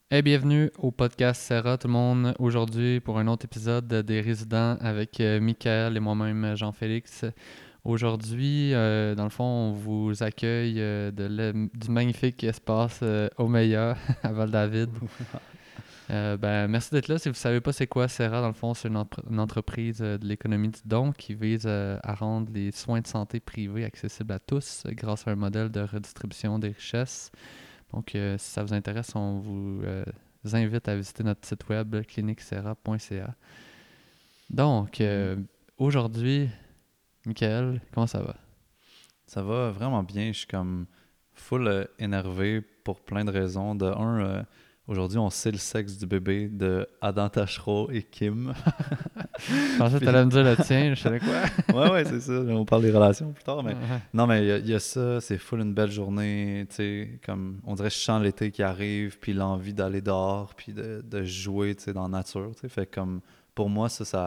Hey, bienvenue au podcast Sarah, tout le monde, aujourd'hui pour un autre épisode des Résidents avec Michael et moi-même Jean-Félix. Aujourd'hui, dans le fond, on vous accueille du magnifique espace Omeya à Val-David. Merci d'être là. Si vous ne savez pas c'est quoi Serra, dans le fond, c'est une entreprise de l'économie du don qui vise à rendre les soins de santé privés accessibles à tous grâce à un modèle de redistribution des richesses. Donc, si ça vous intéresse, on vous invite à visiter notre site web cliniquesera.ca. Donc, aujourd'hui, Michael, comment ça va? Ça va vraiment bien. Je suis comme full énervé pour plein de raisons. De un, aujourd'hui, on sait le sexe du bébé de Adam Tachereau et Kim. Je pensais que tu Puis, allais me dire le tien, je savais quoi? ouais, c'est ça. On parle des relations plus tard. Mais Ouais. non, mais il y a ça. C'est full une belle journée. Tu sais, comme on dirait, je sens l'été qui arrive. Puis l'envie d'aller dehors. Puis de jouer, tu sais, dans la nature. Tu sais, fait comme pour moi,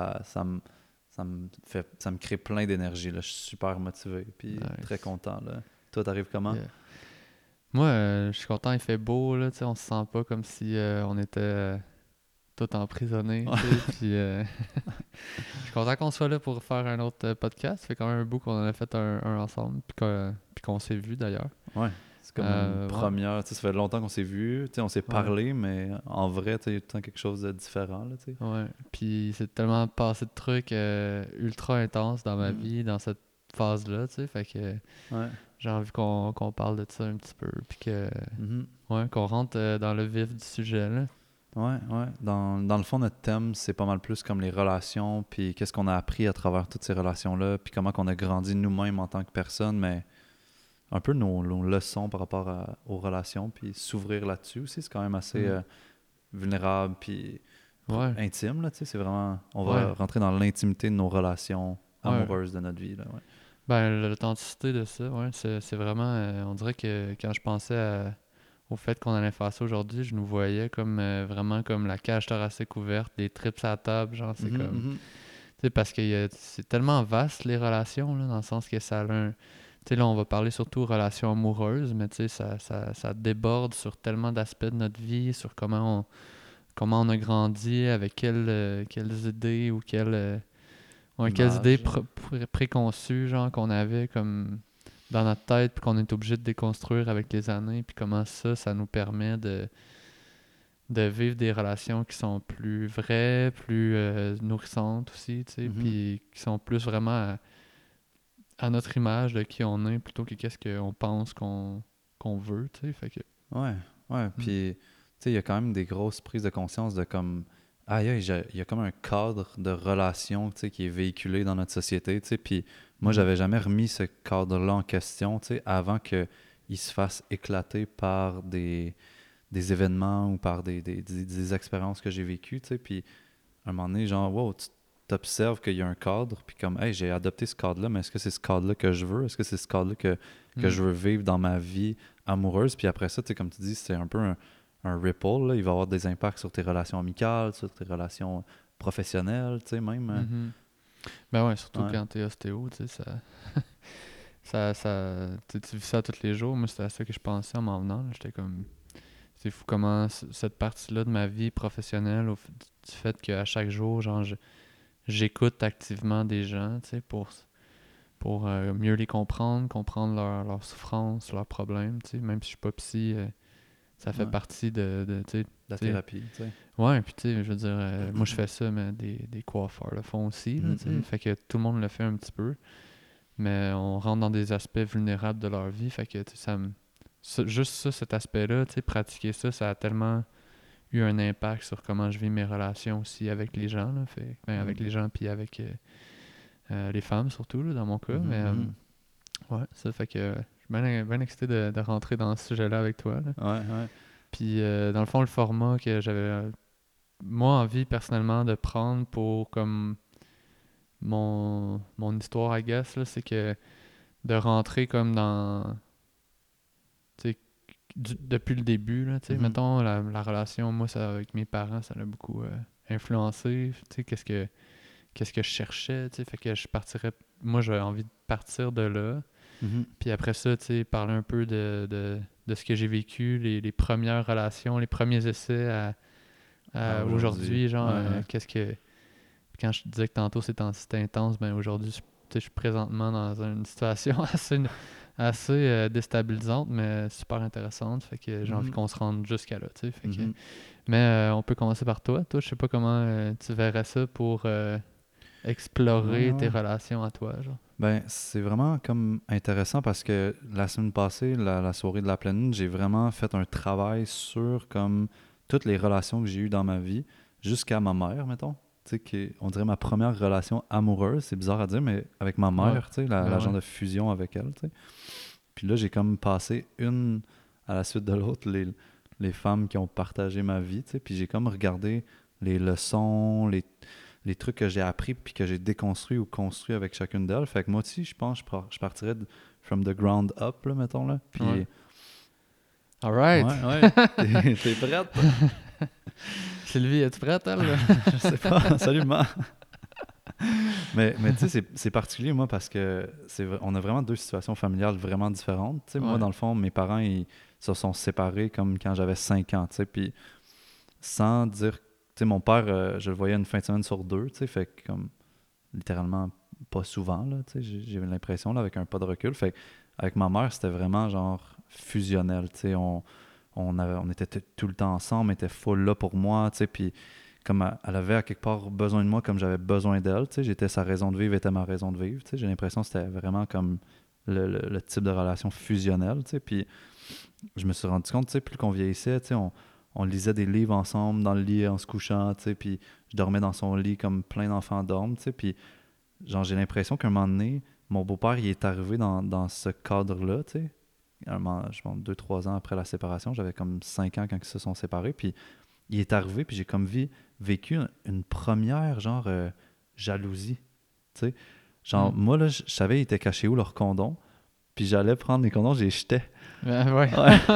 ça me crée plein d'énergie. Là. Je suis super motivé. Puis très Nice. content. Là. Toi, t'arrives comment? Yeah. Moi, je suis content, il fait beau, là, tu sais, on se sent pas comme si on était tout emprisonnés, tu sais, puis je suis content qu'on soit là pour faire un autre podcast. Ça fait quand même un bout qu'on en a fait un ensemble, puis qu'on s'est vu d'ailleurs. Ouais, c'est comme une Ouais. première. Tu sais, ça fait longtemps qu'on s'est vu, tu sais, on s'est Ouais. parlé, mais en vrai, tu sais, il y a tout le temps quelque chose de différent, là, tu sais. Ouais. Puis c'est tellement passé de trucs ultra intenses dans ma Mm. vie, dans cette phase-là, tu sais. Fait que Ouais. j'ai envie qu'on parle de ça un petit peu. Puis que, Mhm. ouais, qu'on rentre dans le vif du sujet, là. Ouais, ouais. Dans le fond, notre thème, c'est pas mal plus comme les relations, puis qu'est-ce qu'on a appris à travers toutes ces relations-là, puis comment qu'on a grandi nous-mêmes en tant que personne, mais un peu nos leçons par rapport aux relations, puis s'ouvrir là-dessus aussi, c'est quand même assez Mm. vulnérable, puis Ouais. intime, là, tu sais, c'est vraiment... On Ouais. va rentrer dans l'intimité de nos relations Ouais. amoureuses de notre vie, là, ouais. Ben, l'authenticité de ça, ouais, c'est vraiment... on dirait que quand je pensais au fait qu'on allait faire ça aujourd'hui, je nous voyais comme vraiment comme la cage thoracique ouverte, des trips à la table, genre, c'est Mhm, comme... mhm. Tu sais, parce que c'est tellement vaste, les relations, là, dans le sens que ça a un... Tu sais, là, on va parler surtout relations amoureuses, mais tu sais, ça déborde sur tellement d'aspects de notre vie, sur comment on a grandi, avec quelles idées ou quelles idées Image. préconçues, genre, qu'on avait comme dans notre tête, puis qu'on est obligé de déconstruire avec les années, puis comment ça nous permet de vivre des relations qui sont plus vraies, plus nourrissantes aussi, tu sais, Mhm. puis qui sont plus vraiment à notre image de qui on est plutôt que qu'est-ce qu'on pense qu'on veut, tu sais, fait que... Ouais, ouais. Mm. Puis, tu sais, il y a quand même des grosses prises de conscience de comme, aïe, aïe, il y a comme un cadre de relation, tu sais, qui est véhiculé dans notre société, tu sais. Puis, moi, Mm. j'avais jamais remis ce cadre-là en question, tu sais, avant qu'il se fasse éclater par des événements ou par des expériences que j'ai vécues, tu sais. Puis, à un moment donné, genre, wow, tu t'observes qu'il y a un cadre, puis comme, hey, j'ai adopté ce cadre-là, mais est-ce que c'est ce cadre-là que je veux? Est-ce que c'est ce cadre-là que Mm. je veux vivre dans ma vie amoureuse? Puis après ça, tu sais, comme tu dis, c'est un peu un ripple, là. Il va avoir des impacts sur tes relations amicales, sur tes relations professionnelles, tu sais, même. Mhm. Ben ouais, surtout Ouais. quand t'es ostéo, tu sais, tu vis ça tous les jours. Moi, c'était à ça que je pensais en m'en venant, là. J'étais comme, c'est fou comment cette partie-là de ma vie professionnelle, du fait qu'à chaque jour, genre, j'écoute activement des gens, tu sais, pour mieux les comprendre leurs souffrances, leurs problèmes, tu sais. Même si je suis pas psy, ça fait Ouais. partie La tu sais. thérapie, tu sais. Ouais, puis tu sais, je veux dire, moi je fais ça, mais des coiffeurs le font aussi, là, Mhm, tu sais. mhm. Fait que tout le monde le fait un petit peu, mais on rentre dans des aspects vulnérables de leur vie, fait que tu sais, juste ça, cet aspect-là, tu sais, pratiquer ça, ça a tellement eu un impact sur comment je vis mes relations aussi avec les gens, là, avec Mhm, les gens puis avec les femmes surtout, là, dans mon cas, mhm, mais mhm. ouais, ça fait que je suis bien excité de rentrer dans ce sujet-là avec toi, là. Ouais, ouais. Puis dans le fond, le format que j'avais moi envie personnellement de prendre pour comme mon histoire, I guess, là, c'est que de rentrer comme dans, tu sais, depuis le début, là, tu sais, Mhm. mettons, la relation, moi, ça, avec mes parents, ça l'a beaucoup influencé, tu sais, qu'est-ce que je cherchais, tu sais, fait que je partirais, moi, j'avais envie de partir de là, Mhm. puis après ça, tu sais, parler un peu de ce que j'ai vécu, les premières relations, les premiers essais à aujourd'hui, genre, qu'est-ce que... Quand je te disais que tantôt c'était intense, ben aujourd'hui, je suis présentement dans une situation assez déstabilisante, mais super intéressante. Fait que j'ai envie qu'on se rende jusqu'à là, tu sais. Mais on peut commencer par toi. Toi, je sais pas comment tu verrais ça pour explorer tes relations à toi, genre. Ben, c'est vraiment comme intéressant parce que la semaine passée, la soirée de la pleine lune, j'ai vraiment fait un travail sur comme toutes les relations que j'ai eues dans ma vie, jusqu'à ma mère, mettons. Tu sais, on dirait ma première relation amoureuse, c'est bizarre à dire, mais avec ma Ouais. mère, tu sais, la genre de fusion avec elle, tu sais. Puis là, j'ai comme passé une à la suite de l'autre les femmes qui ont partagé ma vie, tu sais. Puis j'ai comme regardé les leçons, les trucs que j'ai appris puis que j'ai déconstruit ou construit avec chacune d'elles. Fait que moi aussi, je pense que je partirais from the ground up, là, mettons, là. Puis, Alright! ouais, t'es prête? Sylvie, es-tu prête, elle? Je sais pas, salut, ma. Mais tu sais, c'est particulier, moi, parce que on a vraiment deux situations familiales vraiment différentes. Tu sais, moi, dans le fond, mes parents, ils se sont séparés comme quand j'avais 5 ans, tu sais, puis sans dire... Tu sais, mon père, je le voyais une fin de semaine sur deux, tu sais, fait que comme littéralement pas souvent, là, tu sais, j'ai l'impression, là, avec un pas de recul. Fait que avec ma mère, c'était vraiment genre fusionnel, tu sais, on était tout le temps ensemble, elle était full là pour moi, tu sais, puis comme elle avait à quelque part besoin de moi comme j'avais besoin d'elle, tu sais, j'étais sa raison de vivre, était ma raison de vivre, tu sais, j'ai l'impression que c'était vraiment comme le type de relation fusionnelle, tu sais, puis je me suis rendu compte, tu sais, plus qu'on vieillissait, tu sais, on lisait des livres ensemble dans le lit en se couchant, tu sais, puis je dormais dans son lit comme plein d'enfants dorment, tu sais, puis genre j'ai l'impression qu'à un moment donné, mon beau-père, il est arrivé dans ce cadre-là, tu sais, je pense 2-3 ans après la séparation, j'avais comme 5 ans quand ils se sont séparés, puis il est arrivé, puis j'ai comme vécu une première, genre, jalousie, tu sais. Genre, moi, là, je savais, ils étaient cachés où, leurs condoms, puis j'allais prendre les condoms, je les jetais. Ouais.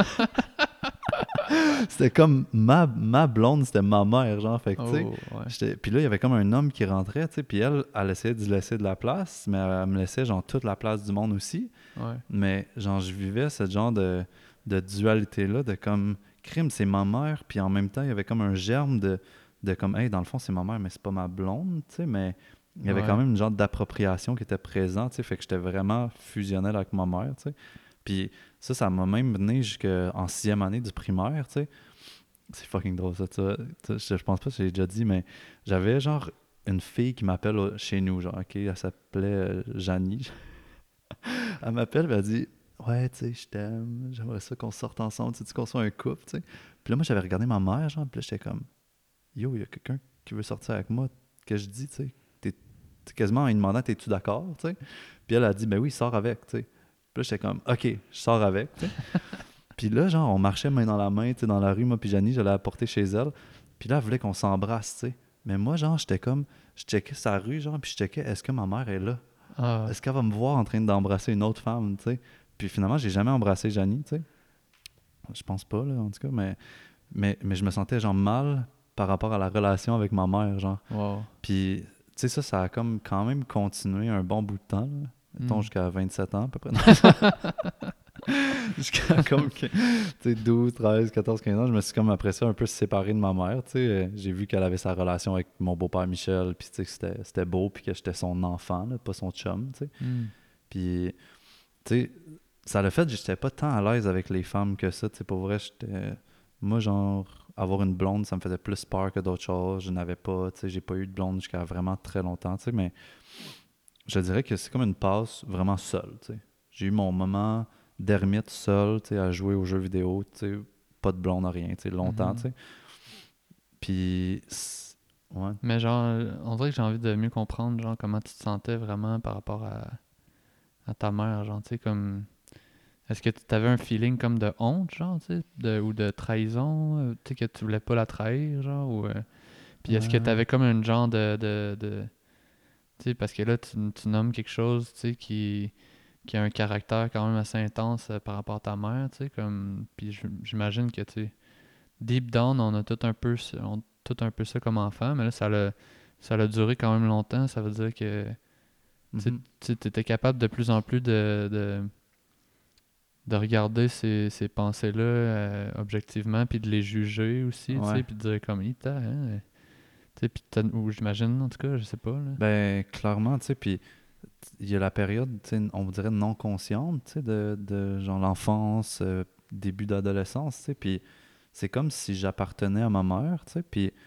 C'était comme ma blonde, c'était ma mère, genre, fait que, tu Oh, sais. Puis là, il y avait comme un homme qui rentrait, tu sais, puis elle essayait de laisser de la place, mais elle me laissait, genre, toute la place du monde aussi. Ouais. Mais, genre, je vivais ce genre de dualité-là, de comme, crime, c'est ma mère, puis en même temps, il y avait comme un germe de comme, hey, dans le fond, c'est ma mère, mais c'est pas ma blonde, tu sais, mais il y avait quand même une genre d'appropriation qui était présente, tu sais, fait que j'étais vraiment fusionnel avec ma mère, tu sais. Puis ça m'a même mené jusqu'en 6e année du primaire, tu sais. C'est fucking drôle, ça, tu vois. Je pense pas que j'ai déjà dit, mais j'avais genre une fille qui m'appelle chez nous, genre, ok, elle s'appelait Janie. Elle m'appelle, elle dit, ouais, tu sais, je t'aime, j'aimerais ça qu'on sorte ensemble, tu sais, qu'on soit un couple, tu sais. Puis là, moi, j'avais regardé ma mère, genre, puis là, j'étais comme, yo, il y a quelqu'un qui veut sortir avec moi, que je dis, tu sais, t'es quasiment en lui demandant, t'es-tu d'accord, tu sais. Puis elle a dit, ben oui, sors avec, tu sais. Puis là, j'étais comme, ok, je sors avec, tu sais. Puis là, genre, on marchait main dans la main, tu sais, dans la rue, moi puis Janie, je l'ai apporté chez elle. Puis là, elle voulait qu'on s'embrasse, tu sais. Mais moi, genre, j'étais comme, je checkais sa rue, genre, puis je checkais, est-ce que ma mère est là? Ah. Est-ce qu'elle va me voir en train d'embrasser une autre femme, tu sais? Puis finalement, j'ai jamais embrassé Janie, tu sais. Je pense pas, là, en tout cas, mais je me sentais, genre, mal par rapport à la relation avec ma mère, genre. Wow. Puis, tu sais, ça a comme quand même continué un bon bout de temps, là. Mettons, jusqu'à 27 ans, à peu près. Jusqu'à comme, tu sais, 12, 13, 14, 15 ans, je me suis comme après ça un peu séparé de ma mère, tu sais. J'ai vu qu'elle avait sa relation avec mon beau-père Michel, puis tu sais, que c'était beau, puis que j'étais son enfant, là, pas son chum, tu sais. Puis, tu sais, ça l'a fait que j'étais pas tant à l'aise avec les femmes que ça, tu sais. Pour vrai, moi, genre, avoir une blonde, ça me faisait plus peur que d'autres choses. Je n'avais pas, tu sais, j'ai pas eu de blonde jusqu'à vraiment très longtemps, tu sais, mais je dirais que c'est comme une passe vraiment seule, tu sais. J'ai eu mon moment d'ermite seul, tu sais, à jouer aux jeux vidéo, tu sais, pas de blonde, rien, tu sais, longtemps, tu sais. Puis, ouais. Mais genre, on dirait que j'ai envie de mieux comprendre, genre, comment tu te sentais vraiment par rapport à ta mère, genre, tu sais, comme... Est-ce que tu avais un feeling comme de honte, genre, tu sais, ou de trahison, tu sais, que tu voulais pas la trahir, genre, ou... Puis est-ce que tu avais comme un genre de tu sais, parce que là, tu nommes quelque chose, tu sais, qui a un caractère quand même assez intense par rapport à ta mère, tu sais, comme... Puis j'imagine que, tu sais, deep down, on a tout un peu ça comme enfant, mais là, ça a duré quand même longtemps, ça veut dire que, tu étais capable de plus en plus de regarder ces pensées-là objectivement, puis de les juger aussi, tu sais, Ouais. puis de dire comme, tu sais, puis ou j'imagine, en tout cas, je sais pas, là. Ben, clairement, tu sais, puis il y a la période, tu sais, on dirait non consciente, tu sais, de genre l'enfance, début d'adolescence, tu sais, puis c'est comme si j'appartenais à ma mère, tu sais,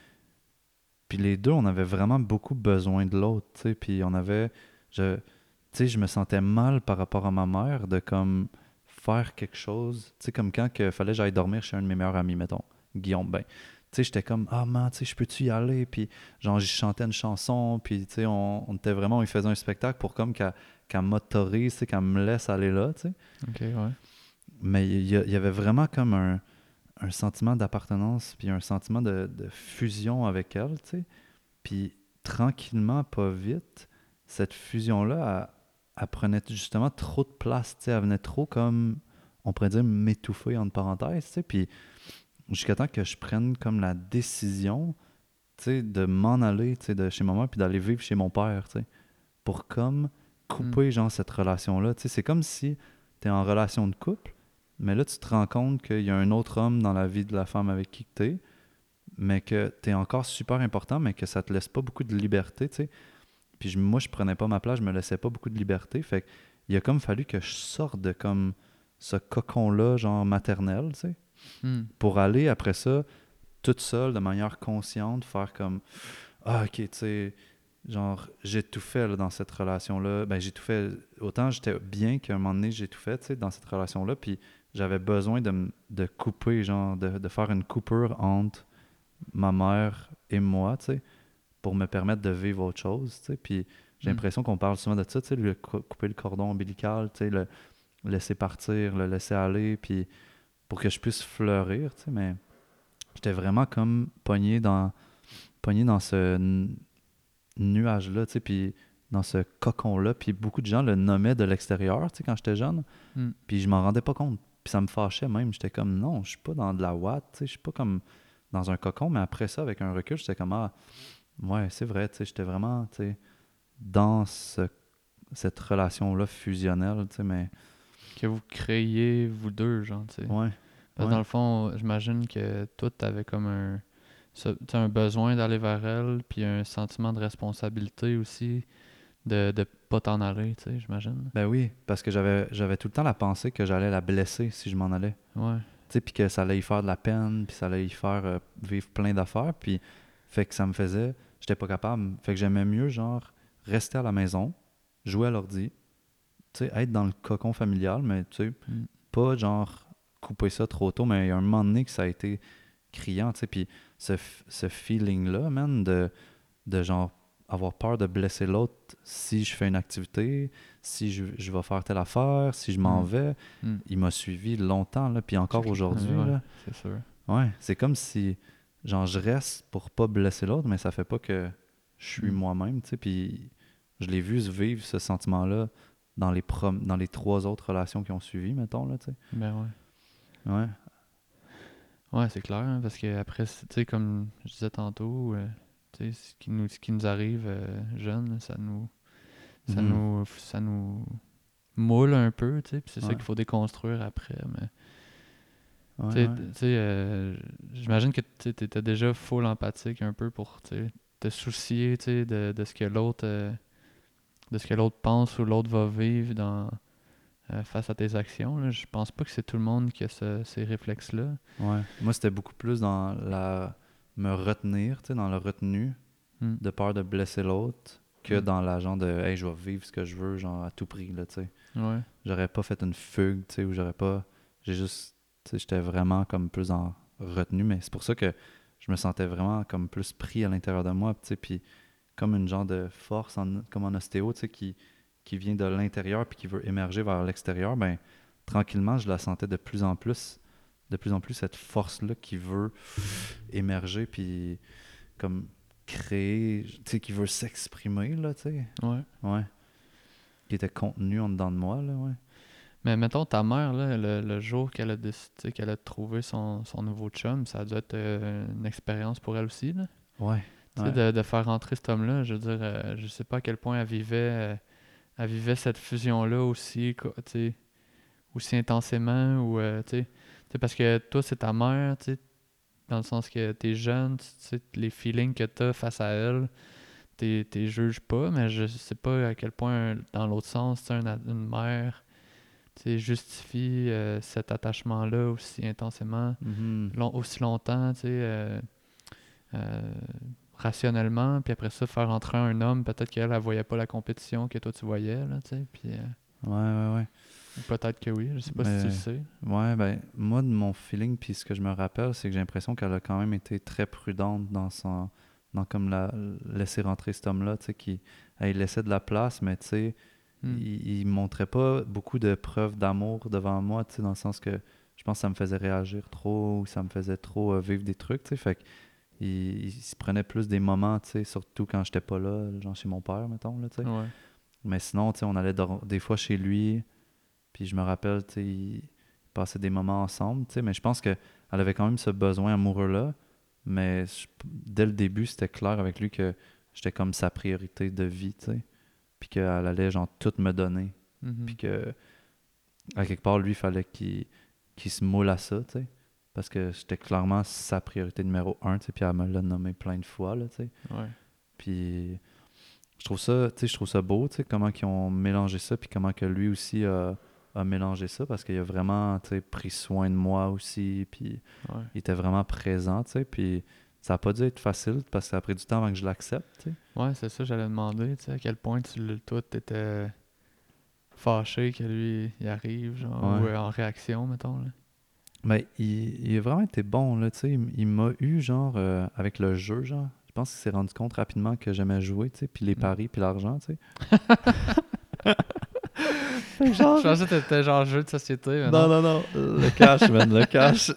puis les deux, on avait vraiment beaucoup besoin de l'autre, tu sais, puis on avait, je, tu sais, je me sentais mal par rapport à ma mère de comme faire quelque chose, tu sais, comme quand il fallait que j'aille dormir chez un de mes meilleurs amis, mettons, Guillaume, ben, tu sais, j'étais comme, ah man, tu sais, je peux-tu y aller, puis genre, j'y chantais une chanson, puis tu sais, on était vraiment, on y faisait un spectacle pour comme qu'elle m'autorise, tu sais, qu'elle me laisse aller là, tu sais, Ok, ouais. mais il y avait vraiment comme un sentiment d'appartenance, puis un sentiment de fusion avec elle, tu sais. Puis tranquillement, pas vite, cette fusion-là, elle prenait justement trop de place, tu sais. Elle venait trop comme, on pourrait dire, m'étouffer, entre parenthèses, tu sais. Puis jusqu'à temps que je prenne comme la décision, tu sais, de m'en aller, tu sais, de chez maman, puis d'aller vivre chez mon père, tu sais. Pour comme Hmm. couper, genre, cette relation-là. Tu sais, c'est comme si tu es en relation de couple, mais là, tu te rends compte qu'il y a un autre homme dans la vie de la femme avec qui tu es, mais que tu es encore super important, mais que ça te laisse pas beaucoup de liberté, tu sais. Puis moi, je prenais pas ma place, je me laissais pas beaucoup de liberté. Fait il a comme fallu que je sorte de comme ce cocon-là, genre maternel, tu sais, Hmm. pour aller après ça, toute seule, de manière consciente, faire comme ah, ok, tu sais, genre, j'ai tout fait là, dans cette relation-là. Ben, j'ai tout fait. Autant j'étais bien qu'à un moment donné, j'ai tout fait, tu sais, dans cette relation-là. Puis j'avais besoin de couper, genre, de faire une coupure entre ma mère et moi, tu sais, pour me permettre de vivre autre chose, tu sais. Puis j'ai Hmm. l'impression qu'on parle souvent de ça, tu sais, couper le cordon ombilical, tu sais, le laisser partir, le laisser aller, puis pour que je puisse fleurir, tu sais. Mais j'étais vraiment comme pogné dans ce nuage-là, tu sais, puis dans ce cocon-là. Puis beaucoup de gens le nommaient de l'extérieur, tu sais, quand j'étais jeune. Hmm. Puis je m'en rendais pas compte. Puis ça me fâchait même. J'étais comme, non, je suis pas dans de la ouate, tu sais, je suis pas comme dans un cocon. Mais après ça, avec un recul, j'étais comme, ah, ouais, c'est vrai, tu sais, j'étais vraiment, tu sais, dans cette relation-là fusionnelle, tu sais, mais Que vous créiez, vous deux, genre, tu sais. ouais, Parce que ouais. dans le fond, j'imagine que toi, t'avais comme t'as un besoin d'aller vers elle, puis un sentiment de responsabilité aussi, de pas t'en aller, tu sais, j'imagine. Ben oui, parce que j'avais tout le temps la pensée que j'allais la blesser si je m'en allais. Ouais. Tu sais, puis que ça allait y faire de la peine, puis ça allait y faire vivre plein d'affaires, puis fait que ça me faisait, j'étais pas capable, fait que j'aimais mieux, genre, rester à la maison, jouer à l'ordi, tu sais, être dans le cocon familial, mais tu sais, Hmm. pas genre couper ça trop tôt, mais il y a un moment donné que ça a été criant, tu sais, puis ce feeling-là, man, de genre avoir peur de blesser l'autre si je fais une activité, si je vais faire telle affaire, si je m'en Hmm. vais, Hmm. il m'a suivi longtemps, là, puis encore aujourd'hui, Ouais, là. c'est sûr. Ouais, c'est comme si, genre, je reste pour pas blesser l'autre, mais ça fait pas que je suis Hmm. moi-même, tu sais, puis je l'ai vu vivre ce sentiment-là dans les trois autres relations qui ont suivi, mettons, là, tu sais. Ben ouais. Ouais. Ouais, c'est clair, hein, parce que après, tu sais, comme je disais tantôt, tu sais, ce qui nous arrive jeune, Mhm. ça nous moule un peu, tu sais, puis c'est ça Ouais. qu'il faut déconstruire après, mais Ouais, tu sais, ouais. j'imagine que tu étais déjà full empathique un peu pour, tu sais, te soucier, tu sais, de ce que de ce que l'autre pense ou l'autre va vivre face à tes actions, là. Je pense pas que c'est tout le monde qui a ces réflexes-là. Ouais. Moi, c'était beaucoup plus dans me retenir, tu sais, dans la retenue, Hmm. de peur de blesser l'autre, que Hmm. dans la genre de, hey, je vais vivre ce que je veux, genre, à tout prix, là, tu sais. Ouais. J'aurais pas fait une fugue, tu sais, ou j'aurais pas. J'ai juste. Tu sais, j'étais vraiment comme plus en retenue, mais c'est pour ça que je me sentais vraiment comme plus pris à l'intérieur de moi, tu sais, puis comme une genre de force, comme en ostéo, tu sais, qui vient de l'intérieur puis qui veut émerger vers l'extérieur, ben tranquillement, je la sentais de plus en plus cette force-là qui veut émerger puis comme créer, tu sais, qui veut s'exprimer, là, tu sais. Ouais. Ouais. Qui était contenu en dedans de moi, là, ouais. Mais mettons ta mère, là, le jour qu'elle a décidé qu'elle a trouvé son nouveau chum, ça a dû être une expérience pour elle aussi, là. Ouais, Tu sais, ouais. de faire rentrer cet homme-là, je veux dire, je sais pas à quel point elle vivait cette fusion-là aussi, tu sais, aussi intensément ou tu sais, parce que toi c'est ta mère, tu sais, dans le sens que t'es jeune, tu sais, les feelings que t'as face à elle, t'es juges pas, mais je sais pas à quel point dans l'autre sens, tu sais, une mère, tu sais, justifie cet attachement-là aussi intensément, Mhm. aussi longtemps, tu sais, euh, rationnellement, puis après ça faire entrer un homme, peut-être qu'elle elle voyait pas la compétition que toi tu voyais là, tu sais, puis Ouais, ouais, ouais. ou peut-être que oui, je sais pas si tu le Mais, sais. ouais, ben, moi, de mon feeling, puis ce que je me rappelle, c'est que j'ai l'impression qu'elle a quand même été très prudente dans comme laisser rentrer cet homme-là, tu sais, elle laissait de la place, mais tu sais, Hmm. il montrait pas beaucoup de preuves d'amour devant moi, tu sais, dans le sens que je pense que ça me faisait réagir trop, ou ça me faisait trop vivre des trucs, tu sais, fait qu'il se prenait plus des moments, tu sais, surtout quand j'étais pas là, genre chez mon père, mettons, là, tu sais. Ouais. Mais sinon, tu sais, on allait des fois chez lui, puis je me rappelle, tu sais, ils passaient des moments ensemble, tu sais, mais je pense qu'elle avait quand même ce besoin amoureux-là. Mais dès le début, c'était clair avec lui que j'étais comme sa priorité de vie, tu sais. Puis qu'elle allait, genre, tout me donner. Puis Mhm. que, à quelque part, lui, il fallait qu'il se moule à ça, tu sais. Parce que j'étais clairement sa priorité numéro un, tu sais. Puis elle me l'a nommé plein de fois, là, tu sais. Ouais. Puis je trouve ça, tu sais, je trouve ça beau, tu sais, comment ils ont mélangé ça, puis comment que lui aussi a mélangé ça, parce qu'il a vraiment, tu sais, pris soin de moi aussi, puis Ouais. il était vraiment présent, tu sais, puis ça a pas dû être facile, parce que ça a pris du temps avant que je l'accepte, tu sais. Ouais, c'est ça, j'allais demander, tu sais, à quel point toi, t'étais fâché que lui, il arrive, genre, ou Ouais. en réaction, mettons, là. Mais il a vraiment été bon, là, tu sais, il m'a eu, genre, avec le jeu, genre, je pense qu'il s'est rendu compte rapidement que j'aimais jouer, tu sais, puis les Mm. paris, puis l'argent, tu sais. Fait que Je genre, pensais que t'étais genre jeu de société, mais non, non. non, non, le cash, man, le cash,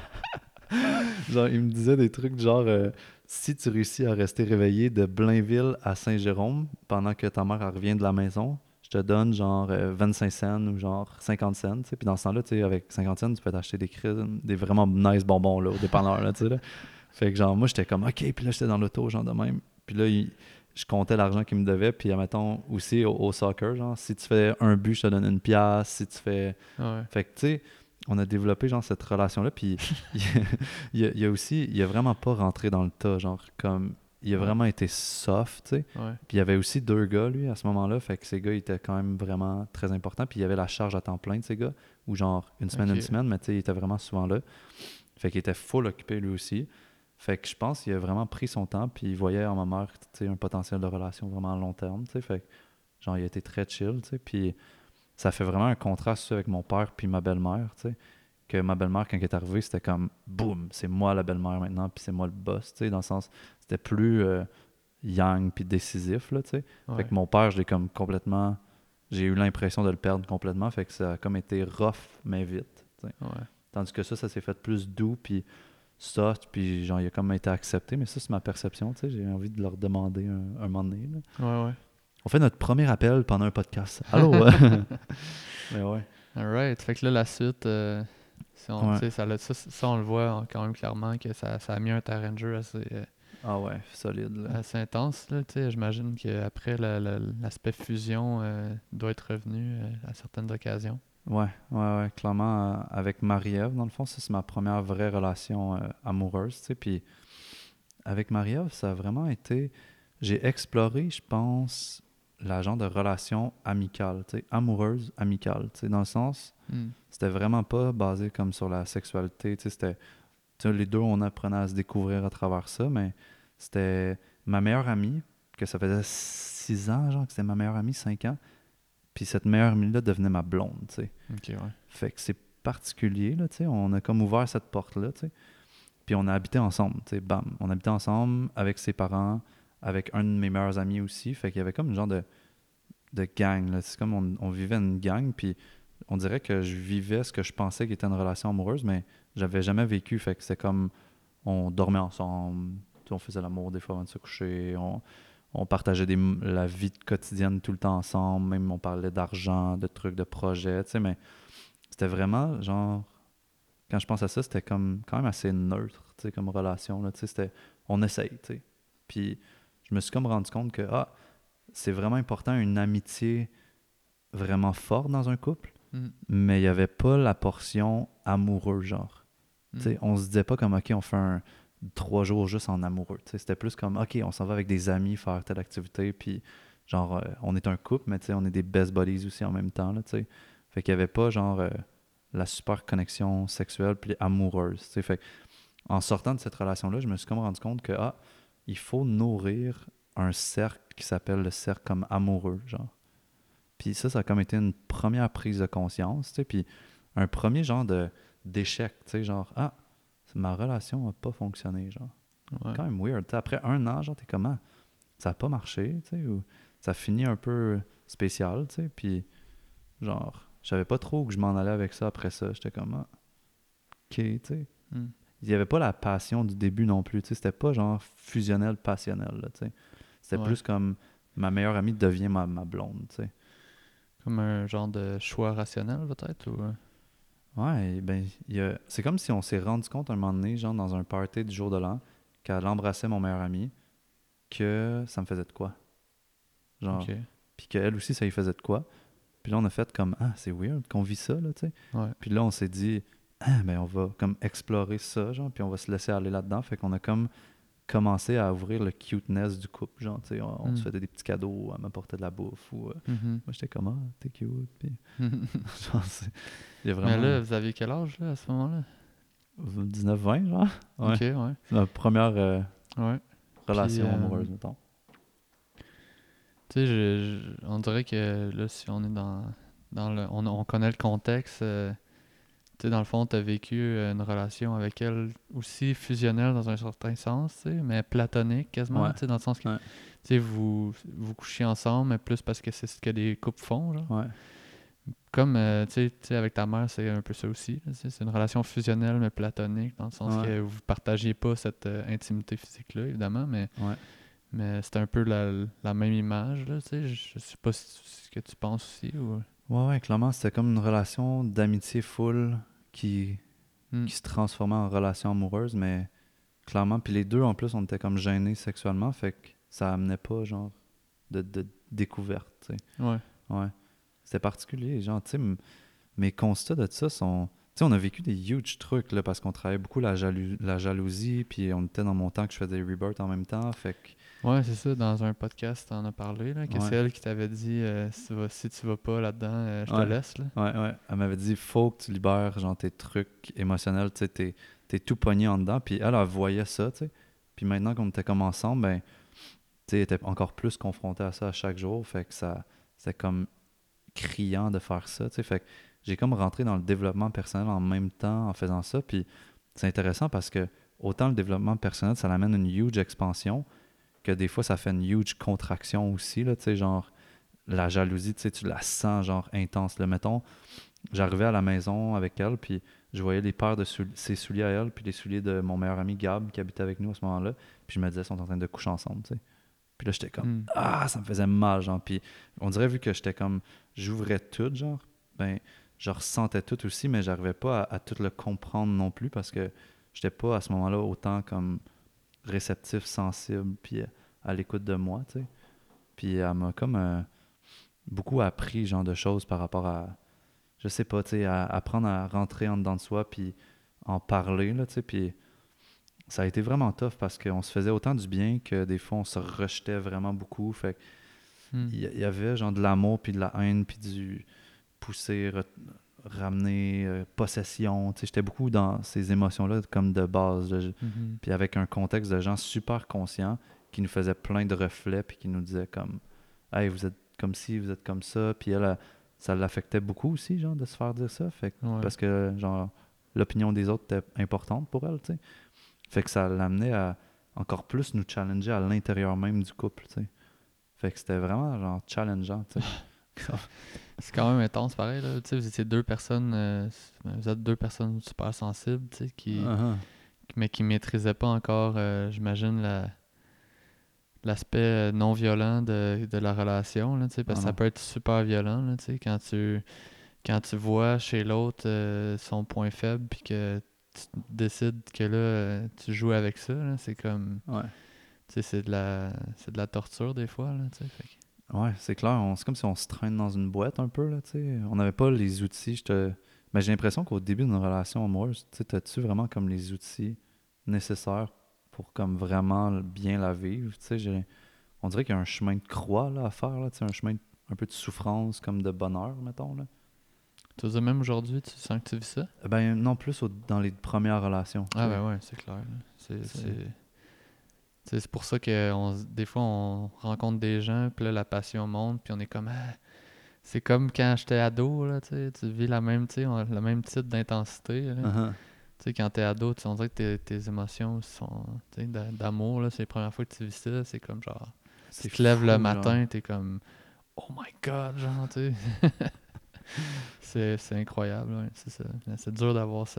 genre, il me disait des trucs genre si tu réussis à rester réveillé de Blainville à Saint-Jérôme pendant que ta mère elle revient de la maison, je te donne genre 25 cents ou genre 50 cents. Tu sais. Puis dans ce temps-là, tu sais, avec 50 cents, tu peux t'acheter des vraiment nice bonbons là, au dépanneur. Là, tu sais, là. Fait que genre, moi, j'étais comme OK, puis là, j'étais dans l'auto, genre de même. Puis là, je comptais l'argent qu'il me devait. Puis, admettons, aussi au soccer, genre, si tu fais un but, je te donne une pièce. Si tu fais. Ouais. Fait que, tu sais, on a développé, genre, cette relation-là. Puis, il, il a aussi, il a vraiment pas rentré dans le tas, genre, comme, il a Ouais. vraiment été soft, tu sais. Ouais. Puis, il y avait aussi deux gars, lui, à ce moment-là. Fait que ces gars, ils étaient quand même vraiment très importants. Puis, il y avait la charge à temps plein de ces gars, ou genre, une Ok. semaine, mais tu sais, il était vraiment souvent là. Fait qu'il était full occupé, lui aussi. Fait que je pense qu'il a vraiment pris son temps, puis il voyait en ma mère, tu sais, un potentiel de relation vraiment à long terme, tu sais. Fait que, genre, il a été très chill, tu sais. Puis ça fait vraiment un contraste avec mon père puis ma belle-mère, tu sais. Que ma belle-mère, quand elle est arrivée, c'était comme boum, c'est moi la belle-mère maintenant, puis c'est moi le boss, tu sais, dans le sens, c'était plus young puis décisif, là, tu sais. Fait Ouais. que mon père, je l'ai comme complètement, j'ai eu l'impression de le perdre complètement, fait que ça a comme été rough, mais vite, tu sais. Ouais. Tandis que ça s'est fait plus doux, puis soft, puis genre, il a comme été accepté, mais ça, c'est ma perception, tu sais, j'ai envie de leur demander un moment donné, là. Ouais, ouais. On fait notre premier appel pendant un podcast. Allô? Mais ouais. Alright. Fait que là, la suite, si on, tu Ouais. sais, ça, on le voit quand même clairement que ça a mis un terrain de jeu Ah ouais, solide, là. assez intense, là, tu sais. J'imagine qu'après, l'aspect fusion doit être revenu à certaines occasions. Ouais, ouais, ouais, clairement, avec Marie-Ève, dans le fond, ça, c'est ma première vraie relation amoureuse, tu sais, puis avec Marie-Ève, ça a vraiment été... J'ai exploré, je pense, la genre de relation amicale, tu sais, amoureuse, amicale, tu sais, dans le sens, Hmm. c'était vraiment pas basé comme sur la sexualité, tu sais, c'était... Tu sais, les deux, on apprenait à se découvrir à travers ça, mais c'était ma meilleure amie, que ça faisait 6 ans, genre, que c'était ma meilleure amie, 5 ans, puis cette meilleure amie-là devenait ma blonde, tu sais. Ok, ouais. Fait que c'est particulier, là, tu sais, on a comme ouvert cette porte-là, tu sais. Puis on a habité ensemble, tu sais, bam. On habitait ensemble avec ses parents, avec un de mes meilleurs amis aussi. Fait qu'il y avait comme une genre de gang, là. C'est comme on vivait une gang, puis on dirait que je vivais ce que je pensais qui était une relation amoureuse, mais j'avais jamais vécu. Fait que c'est comme, on dormait ensemble, tu sais, on faisait l'amour des fois avant de se coucher, on partageait la vie quotidienne tout le temps ensemble, même on parlait d'argent, de trucs, de projets, tu sais, mais c'était vraiment, genre, quand je pense à ça, c'était comme quand même assez neutre, tu sais, comme relation, là, tu sais, c'était, on essaye, tu sais. Puis je me suis comme rendu compte que, c'est vraiment important une amitié vraiment forte dans un couple, mais il n'y avait pas la portion amoureux, genre. Mm. Tu sais, on se disait pas comme, OK, on fait 3 jours juste en amoureux. Tu sais, c'était plus comme, OK, on s'en va avec des amis faire telle activité, puis genre, on est un couple, mais tu sais, on est des best buddies aussi en même temps, là, tu sais. Fait qu'il y avait pas, genre, la super connexion sexuelle puis amoureuse, tu sais. Fait en sortant de cette relation-là, je me suis comme rendu compte que, il faut nourrir un cercle qui s'appelle le cercle comme amoureux, genre. Puis ça a comme été une première prise de conscience, tu sais, puis un premier genre d'échec, tu sais, genre, ma relation n'a pas fonctionné, genre. Ouais. Quand même weird, tu sais, après 1 an, genre, t'es comment? Ça n'a pas marché, tu sais, ou ça finit un peu spécial, tu sais, puis genre, je savais pas trop où je m'en allais avec ça après ça, j'étais comme, ok, tu sais. Mm. Il y avait pas la passion du début non plus, tu sais, c'était pas genre fusionnel, passionnel, là, tu sais. C'était Ouais. plus comme ma meilleure amie devient ma blonde, tu sais. Comme un genre de choix rationnel, peut-être, ou... Ouais, ben, c'est comme si on s'est rendu compte un moment donné, genre dans un party du jour de l'an, qu'elle embrassait mon meilleur ami, que ça me faisait de quoi. Genre, OK. puis qu'elle aussi, ça lui faisait de quoi. Puis là, on a fait comme, c'est weird qu'on vit ça, là, tu sais. Ouais. Puis là, on s'est dit, ben, on va comme explorer ça, genre, puis on va se laisser aller là-dedans. Fait qu'on a comme commencé à ouvrir le cuteness du couple, genre, tu sais, on se Mm. faisait des petits cadeaux, elle m'apportait de la bouffe, ou Mhm. moi, j'étais comme, t'es cute, puis genre, il y a Mais là, vraiment vous aviez quel âge, là, à ce moment-là? 19-20, genre. Ouais. OK, ouais. C'est ma première Ouais. Puis, relation amoureuse, mettons. tu sais, on dirait que là, si on est dans le... On connaît le contexte. Tu sais, dans le fond, tu as vécu une relation avec elle aussi fusionnelle dans un certain sens, tu sais, mais platonique quasiment, Ouais, tu sais, dans le sens que, ouais, tu sais, vous couchiez ensemble, mais plus parce que c'est ce que des couples font, genre. ouais, Comme, tu sais, avec ta mère, c'est un peu ça aussi, là, tu sais, c'est une relation fusionnelle, mais platonique, dans le sens ouais, que vous partagiez pas cette intimité physique-là, évidemment, ouais. mais c'est un peu la même image, là, tu sais, je sais pas si ce que tu penses aussi, ou... Ouais, ouais, clairement, c'était comme une relation d'amitié full qui, Hmm. qui se transformait en relation amoureuse, mais clairement, puis les deux, en plus, on était comme gênés sexuellement, fait que ça amenait pas, genre, de découverte, tu sais. Ouais. Ouais. C'était particulier, genre, tu sais, mes constats de ça sont... Tu sais, on a vécu des huge trucs, là, parce qu'on travaillait beaucoup la jalousie, puis on était dans mon temps que je faisais Rebirth en même temps, fait que... Ouais, c'est ça, dans un podcast, t'en as parlé, là, que Ouais, c'est elle qui t'avait dit si tu vas pas là-dedans, je te ouais, laisse, là. ouais. Elle m'avait dit, faut que tu libères, genre, tes trucs émotionnels, tu sais, t'es tout pogné en dedans, puis elle voyait ça, tu sais. Puis maintenant qu'on était comme ensemble, ben, tu sais, elle était encore plus confrontée à ça à chaque jour, fait que ça... C'est comme criant de faire ça, tu sais. Fait que j'ai comme rentré dans le développement personnel en même temps en faisant ça. Puis c'est intéressant parce que autant le développement personnel, ça l'amène une huge expansion que des fois, ça fait une huge contraction aussi, là, tu sais, genre la jalousie, tu sais, tu la sens genre intense. Là, mettons, j'arrivais à la maison avec elle, puis je voyais les paires de ses souliers à elle, puis les souliers de mon meilleur ami Gab qui habitait avec nous à ce moment-là, puis je me disais, ils sont en train de coucher ensemble, tu sais. Puis là, j'étais comme, Hmm. ça me faisait mal, genre. Puis on dirait, vu que j'étais comme, j'ouvrais tout, genre, ben, je ressentais tout aussi, mais j'arrivais pas à tout le comprendre non plus parce que j'étais pas à ce moment-là autant comme réceptif, sensible, puis à l'écoute de moi, tu sais. Puis elle m'a comme beaucoup appris, genre, de choses par rapport à, je sais pas, tu sais, à apprendre à rentrer en dedans de soi, puis en parler, là, tu sais. Puis ça a été vraiment tough parce qu'on se faisait autant du bien que des fois, on se rejetait vraiment beaucoup. Fait que Hmm. il y avait genre de l'amour puis de la haine puis du pousser, ramener, possession. Tu sais, j'étais beaucoup dans ces émotions-là comme de base. Là. Mhm. Puis avec un contexte de gens super conscients qui nous faisaient plein de reflets puis qui nous disaient comme hey, vous êtes comme ci, vous êtes comme ça. Puis ça l'affectait beaucoup aussi, genre, de se faire dire ça. Fait que- Ouais. parce que genre l'opinion des autres était importante pour elle, tu sais. Fait que ça l'amenait à encore plus nous challenger à l'intérieur même du couple, tu sais. Fait que c'était vraiment genre challengeant, tu sais. C'est quand même intense, pareil, là. Tu sais, vous étiez deux personnes, vous êtes deux personnes super sensibles, tu sais, Uh-huh. mais qui maîtrisaient pas encore, j'imagine, l'aspect non violent de la relation, là, tu sais, parce Ah que ça non. peut être super violent, là, tu sais, quand tu vois chez l'autre son point faible, puis que tu décides que là, tu joues avec ça, là, c'est comme, Ouais. tu sais, c'est de la torture des fois, là, tu sais, fait que- Ouais, c'est clair. C'est comme si on se traîne dans une boîte un peu, là, tu sais. On n'avait pas les outils. Mais j'ai l'impression qu'au début d'une relation amoureuse, tu sais, t'as-tu vraiment comme les outils nécessaires pour comme vraiment bien la vivre, tu sais. On dirait qu'il y a un chemin de croix, là, à faire, là, tu sais, un chemin un peu de souffrance, comme de bonheur, mettons, là. Tu veux dire, même aujourd'hui, tu sens que tu vis ça? Ben non, plus dans les premières relations, tu Ah sais. ben ouais, c'est clair. Là. C'est... C'est pour ça que des fois, on rencontre des gens, puis là, la passion monte, puis on est comme... Ah, c'est comme quand j'étais ado, là, tu vis la même, le même type d'intensité. Là. Uh-huh. Tu sais, quand t'es ado, on dirait que tes émotions sont, d'amour, là, c'est la première fois que tu vis ça, c'est comme genre... Tu C'est te lèves le fou, genre. matin, t'es comme... Oh my God, genre, tu sais. C'est incroyable, ouais, c'est ça. Mais c'est dur d'avoir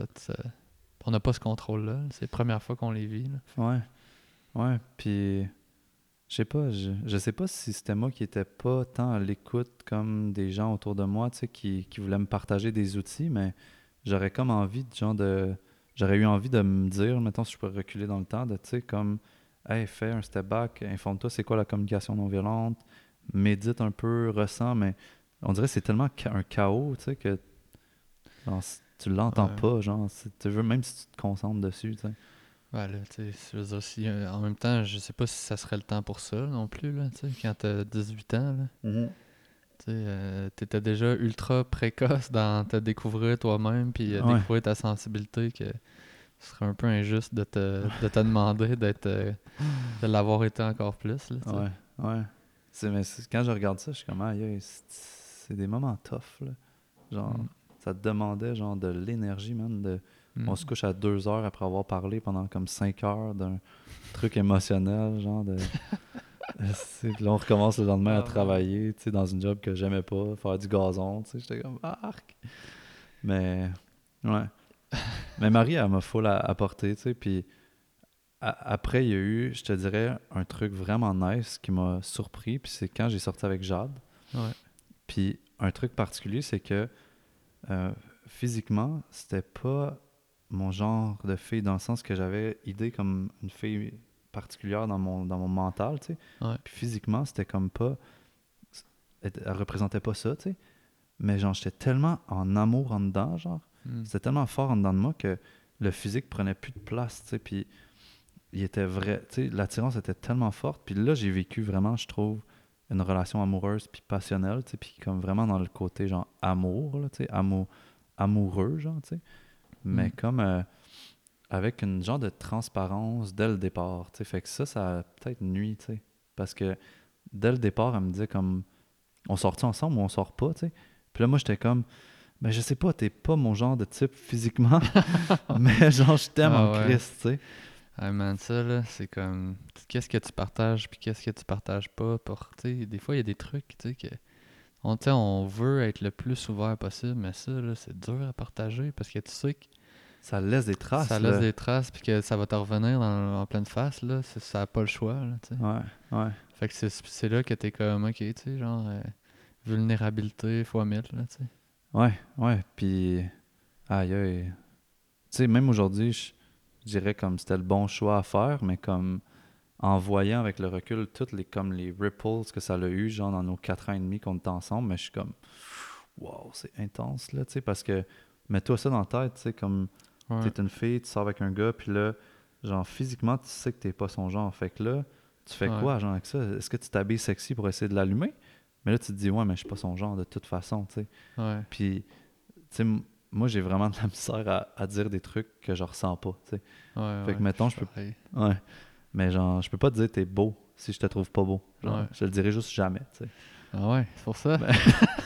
on n'a pas ce contrôle-là. C'est la première fois qu'on les vit. Là. Ouais, ouais, puis... Je sais pas, je sais pas si c'était moi qui était pas tant à l'écoute comme des gens autour de moi, tu sais, qui voulaient me partager des outils, mais j'aurais comme envie j'aurais eu envie de me dire, mettons si je peux reculer dans le temps, de, tu sais, comme, hey, fais un step back, informe-toi c'est quoi la communication non violente, médite un peu, ressens, mais on dirait que c'est tellement un chaos, tu sais, que genre, tu l'entends Ouais. pas, genre, tu veux, même si tu te concentres dessus, tu sais. Ouais, là, je veux dire, en même temps, je sais pas si ça serait le temps pour ça non plus, là, quand t'as 18 ans, là. Mhm. T'étais déjà ultra précoce dans te découvrir toi-même puis Ouais, découvrir ta sensibilité que ce serait un peu injuste de te demander de l'avoir été encore plus, là, tu sais. ouais, ouais. Quand je regarde ça, je suis comme, aïe, aïe, c'est des moments tough, là. Genre, Mm. ça te demandait, genre, de l'énergie, man. On se Mm. couche à 2 heures après avoir parlé pendant comme 5 heures d'un truc émotionnel, genre de... Puis là, on recommence le lendemain à Ah, man. travailler, tu sais, dans une job que j'aimais pas, faire du gazon, tu sais. J'étais comme, arc! Mais, ouais. Mais Marie, elle m'a full apporté, tu sais, puis... Après, il y a eu, je te dirais, un truc vraiment nice qui m'a surpris, puis c'est quand j'ai sorti avec Jade. Ouais. Puis un truc particulier, c'est que euh, physiquement, c'était pas mon genre de fille, dans le sens que j'avais idée comme une fille particulière dans mon mental, tu sais. Ouais. Puis physiquement, c'était comme pas... Elle représentait pas ça, tu sais. Mais genre, j'étais tellement en amour en dedans, genre. Mm. C'était tellement fort en dedans de moi que le physique prenait plus de place, tu sais. Puis il était vrai, tu sais, l'attirance était tellement forte. Puis là, j'ai vécu vraiment, je trouve, une relation amoureuse puis passionnelle, tu sais, puis comme vraiment dans le côté genre amour, là, tu sais, amoureux, genre, tu sais. Mais Mm. comme avec une genre de transparence dès le départ, tu sais. Fait que ça a peut-être nuit, tu sais. Parce que dès le départ, elle me disait comme, on sort-tu ensemble ou on sort pas, tu sais. Puis là, moi, j'étais comme, ben je sais pas, t'es pas mon genre de type physiquement, mais genre, je t'aime en Ah ouais. Christ, tu sais. Ah man, ça là, c'est comme qu'est-ce que tu partages puis qu'est-ce que tu partages pas pour des fois il y a des trucs, que on veut être le plus ouvert possible, mais ça là, c'est dur à partager parce que tu sais que Ça laisse des ça traces, laisse là. des traces puis que ça va te revenir en pleine face là, ça a pas le choix là, tu sais. Ouais, ouais. Fait que c'est là que t'es comme OK, tu sais, genre vulnérabilité fois 1000 là, tu sais. Ouais, ouais. Puis, aïe, aïe. Tu sais, même aujourd'hui, je dirais comme c'était le bon choix à faire, mais comme en voyant avec le recul toutes comme les ripples que ça a eu, genre dans nos 4 ans et demi qu'on était ensemble, mais je suis comme, wow, c'est intense, là, tu sais, parce que mets-toi ça dans la tête, tu sais, comme t'es Ouais, une fille, tu sors avec un gars, puis là, genre physiquement, tu sais que t'es pas son genre. Fait que là, tu fais ouais, quoi, genre, avec ça? Est-ce que tu t'habilles sexy pour essayer de l'allumer? Mais là, tu te dis, ouais, mais je suis pas son genre de toute façon, tu sais. ouais, Puis, tu sais, moi, j'ai vraiment de la misère à dire des trucs que je ressens pas, tu sais. ouais, Fait que, ouais, je mettons, suis je peux... pareil. Ouais. Mais genre, je peux pas te dire t'es beau si je te trouve pas beau. Genre, Ouais. je te le dirai juste jamais, tu sais. Ah ouais, c'est pour ça. Mais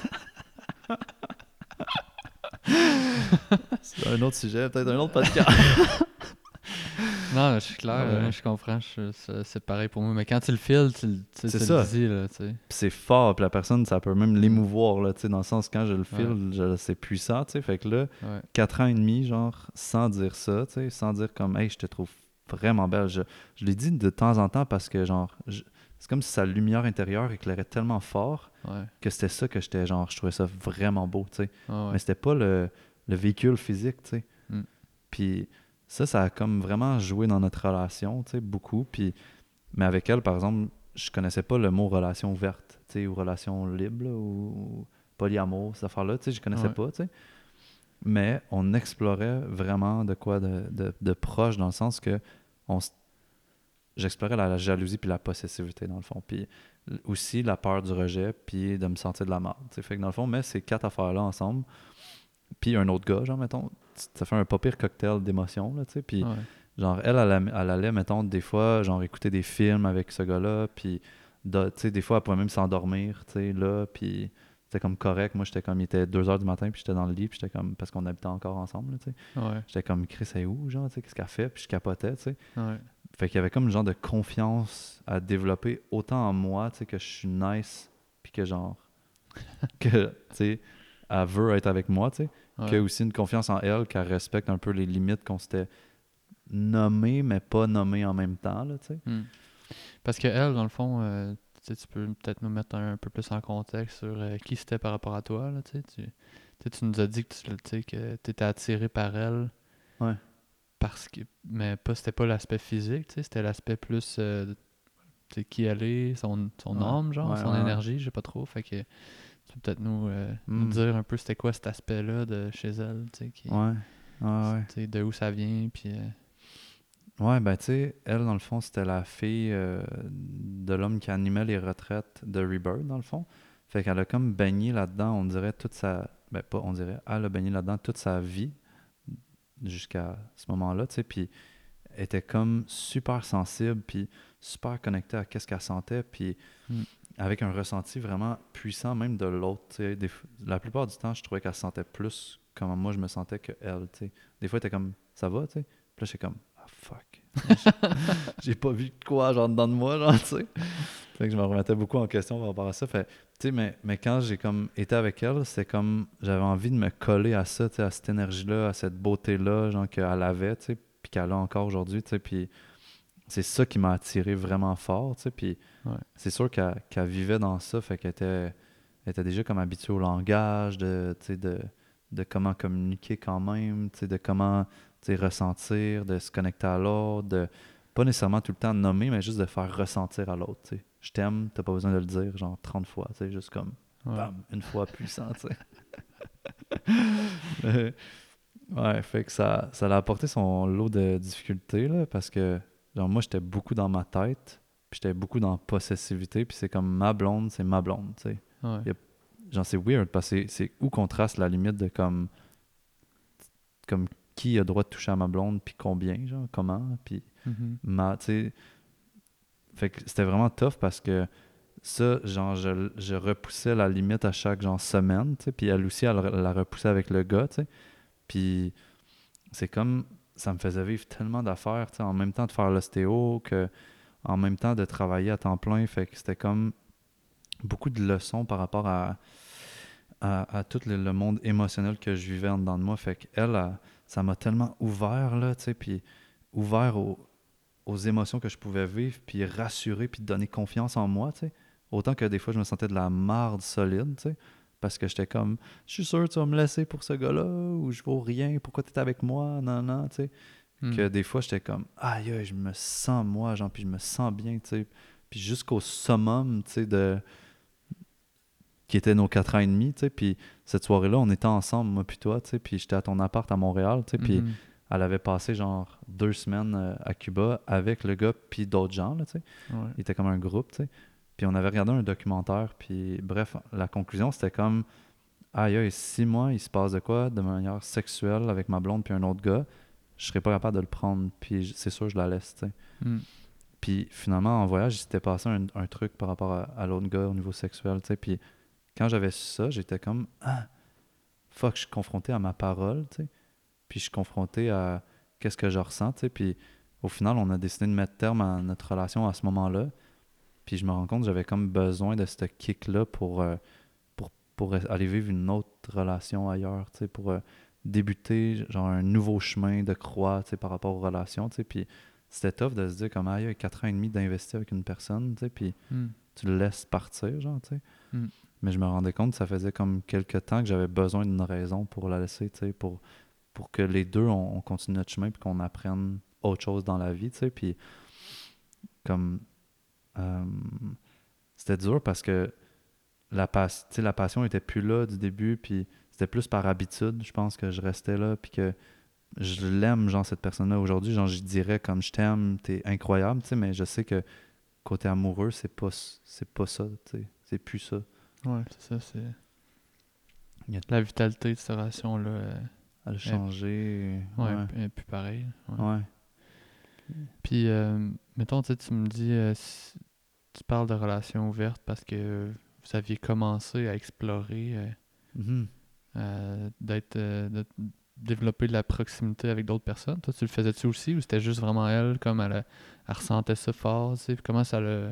c'est un autre sujet, peut-être un autre podcast. Non, je suis clair, Ouais. je comprends, c'est pareil pour moi. Mais quand tu le files, C'est tu le ça. dis, là, tu sais. Puis c'est fort, puis la personne, ça peut même Mm. l'émouvoir, là, tu sais, dans le sens, quand je le Ouais, file, c'est puissant, tu sais. Fait que là, ouais, 4 ans et demi, genre, sans dire ça, tu sais, sans dire comme, hey, je te trouve vraiment belle. Je l'ai dit de temps en temps parce que, genre, c'est comme si sa lumière intérieure éclairait tellement fort ouais, que c'était ça que j'étais, genre, je trouvais ça vraiment beau, tu sais. ouais, Mais ouais. c'était pas le véhicule physique, tu sais. Mm. Puis ça a comme vraiment joué dans notre relation, tu sais, beaucoup. Puis, mais avec elle, par exemple, je connaissais pas le mot relation ouverte. Tu sais, ou relation libre, là, ou polyamour, cette affaire-là, tu sais, je connaissais Ouais. pas, tu sais. Mais on explorait vraiment de quoi de proche, dans le sens que on, s- j'explorais la jalousie puis la possessivité, dans le fond. Puis aussi la peur du rejet, puis de me sentir de la merde, tu sais. Fait que dans le fond, mais ces 4 affaires-là ensemble, puis un autre gars, genre, mettons, ça fait un pas pire cocktail d'émotions, là, tu sais. Puis Ouais. genre, elle allait, mettons, des fois, genre, écouter des films avec ce gars-là, puis, tu sais, des fois, elle pouvait même s'endormir, tu sais, là, puis c'était comme correct. Moi, j'étais comme, il était 2 heures du matin, puis j'étais dans le lit, puis j'étais comme, parce qu'on habitait encore ensemble, là, tu sais. Ouais. J'étais comme, Chris, c'est où, genre, tu sais, qu'est-ce qu'elle fait, puis je capotais, tu sais. Ouais. Fait qu'il y avait comme un genre de confiance à développer autant en moi, tu sais, que je suis nice, puis que genre, que, tu sais, elle veut être avec moi, tu sais, que Ouais. aussi une confiance en elle, qu'elle respecte un peu les limites qu'on s'était nommées, mais pas nommées en même temps, là, tu sais. Hmm. Parce que elle, dans le fond, tu sais, tu peux peut-être nous mettre un peu plus en contexte sur qui c'était par rapport à toi, là, tu sais. Tu sais, tu nous as dit que tu sais, que t'étais attiré par elle Ouais. parce que... Mais pas, c'était pas l'aspect physique, tu sais, c'était l'aspect plus... tu sais, qui elle est, son Ouais, âme, genre, ouais, son ouais, ouais. énergie, je sais pas trop. Fait que tu peux peut-être nous Hmm. dire un peu c'était quoi cet aspect-là de chez elle, tu sais, Ouais, ouais, tu sais, de où ça vient, puis... ouais. Ben, tu sais, elle, dans le fond, c'était la fille de l'homme qui animait les retraites de Rebirth, dans le fond. Fait qu'elle a comme baigné là-dedans, on dirait, toute sa... Ben, pas, on dirait, elle a baigné là-dedans toute sa vie jusqu'à ce moment-là, tu sais, puis elle était comme super sensible, puis super connectée à qu'est-ce qu'elle sentait, puis hmm, avec un ressenti vraiment puissant, même de l'autre, tu sais. La plupart du temps, je trouvais qu'elle se sentait plus comme moi je me sentais que elle, tu sais. Des fois, elle était comme, ça va, tu sais. Puis là, j'étais comme, ah fuck. J'ai pas vu de quoi, genre, dedans de moi, genre, tu sais. Fait que je me remettais beaucoup en question par rapport à ça. Fait, tu sais, mais quand j'ai comme été avec elle, c'est comme, j'avais envie de me coller à ça, tu sais, à cette énergie-là, à cette beauté-là, genre, qu'elle avait, tu sais, puis qu'elle a encore aujourd'hui, tu sais. Puis c'est ça qui m'a attiré vraiment fort, tu sais. Puis ouais. c'est sûr qu'elle vivait dans ça, fait elle était déjà comme habituée au langage, tu sais, de comment communiquer quand même, tu sais, de comment, tu sais, ressentir, de se connecter à l'autre, de pas nécessairement tout le temps nommer, mais juste de faire ressentir à l'autre, tu sais. Je t'aime, t'as pas besoin de le dire genre 30 fois, tu sais, juste comme Ouais. bam, une fois puissant, tu sais. Mais, ouais, fait que ça a apporté son lot de difficultés, là, parce que, genre, moi, j'étais beaucoup dans ma tête, puis j'étais beaucoup dans possessivité, puis c'est comme ma blonde, c'est ma blonde, tu sais. Ouais. Y a- Genre, c'est weird, parce que c'est où qu'on trace la limite de comme qui a droit de toucher à ma blonde, puis combien, genre, comment, puis Mhm. tu sais. Fait que c'était vraiment tough parce que ça, genre, je repoussais la limite à chaque, genre, semaine, tu sais, puis elle aussi, elle la repoussait avec le gars, tu sais. Puis c'est comme ça me faisait vivre tellement d'affaires, tu sais, en même temps de faire l'ostéo que en même temps de travailler à temps plein, fait que c'était comme beaucoup de leçons par rapport à tout le monde émotionnel que je vivais en dedans de moi, fait que ça m'a tellement ouvert là, tu sais, puis ouvert aux émotions que je pouvais vivre, puis rassurer, puis donner confiance en moi, tu sais. Autant que des fois je me sentais de la marde solide, tu sais. Parce que j'étais comme, je suis sûr que tu vas me laisser pour ce gars-là, ou je vaux rien, pourquoi tu es avec moi, non, non, tu sais. Hmm. Que des fois j'étais comme aïe aïe, je me sens moi, genre, puis je me sens bien, tu sais. Puis jusqu'au summum, tu sais, de qui était nos 4 ans et demi, tu sais. Puis cette soirée-là, on était ensemble, moi puis toi, tu sais. Puis j'étais à ton appart à Montréal, tu sais. Puis Mhm. elle avait passé genre 2 semaines à Cuba avec le gars puis d'autres gens, là, tu sais. Ouais. Il était comme un groupe, tu sais. Puis on avait regardé un documentaire, puis bref, la conclusion c'était comme aïe aïe, si moi il se passe de quoi de manière sexuelle avec ma blonde puis un autre gars, je serais pas capable de le prendre, puis c'est sûr je la laisse, tu sais. Hmm. Puis finalement, en voyage, il s'était passé un truc par rapport à l'autre gars au niveau sexuel, tu sais. Puis quand j'avais su ça, j'étais comme, ah, fuck, je suis confronté à ma parole, tu sais. Puis je suis confronté à qu'est-ce que je ressens, tu sais. Puis au final, on a décidé de mettre terme à notre relation à ce moment-là. Puis je me rends compte que j'avais comme besoin de ce kick-là pour aller vivre une autre relation ailleurs, tu sais, pour débuter genre un nouveau chemin de croix, tu sais, par rapport aux relations, tu sais. Puis c'était tough de se dire comme, ah, il y a 4 ans et demi d'investir avec une personne, tu sais, puis Hmm. tu le laisses partir, genre, tu sais. Hmm. Mais je me rendais compte que ça faisait comme quelques temps que j'avais besoin d'une raison pour la laisser, tu sais, pour que les deux, on continue notre chemin puis qu'on apprenne autre chose dans la vie, tu sais. Puis comme, euh, c'était dur parce que la passion était plus là du début, puis c'était plus par habitude, je pense que je restais là, puis que je l'aime, genre, cette personne-là. Aujourd'hui, genre, je dirais comme je t'aime, t'es incroyable, tu sais, mais je sais que côté amoureux, c'est pas ça, tu sais. C'est plus ça. Ouais, c'est ça, c'est... Il y a La vitalité de cette relation-là, à le est, changer. ouais, Ouais. est plus pareil. Ouais. Ouais. Puis, mettons, tu sais, tu me dis, tu parles de relations ouvertes parce que vous aviez commencé à explorer, Mhm. de développer de la proximité avec d'autres personnes. Toi, tu le faisais-tu aussi ou c'était juste vraiment elle, comme elle ressentait ça fort, tu sais, puis comment ça le...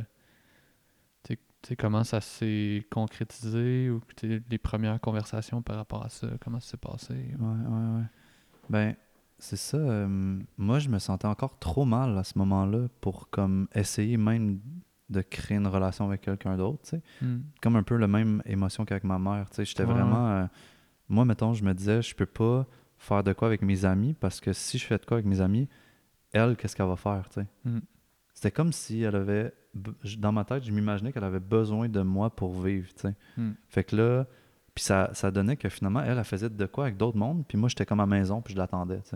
Tu sais, comment ça s'est concrétisé ou tu sais, les premières conversations par rapport à ça, comment ça s'est passé? Ouais. Ben, c'est ça. Moi, je me sentais encore trop mal à ce moment-là pour comme essayer même de créer une relation avec quelqu'un d'autre, tu sais. Hmm. Comme un peu la même émotion qu'avec ma mère, tu sais. J'étais Ouais, ouais. vraiment... moi, mettons, je me disais, je peux pas faire de quoi avec mes amis parce que si je fais de quoi avec mes amis, elle, qu'est-ce qu'elle va faire, tu sais. Hmm. C'était comme si elle avait... Dans ma tête, je m'imaginais qu'elle avait besoin de moi pour vivre, tu sais. Hmm. Fait que là... Puis ça donnait que finalement, elle faisait de quoi avec d'autres mondes, puis moi, j'étais comme à la maison, puis je l'attendais, tu sais.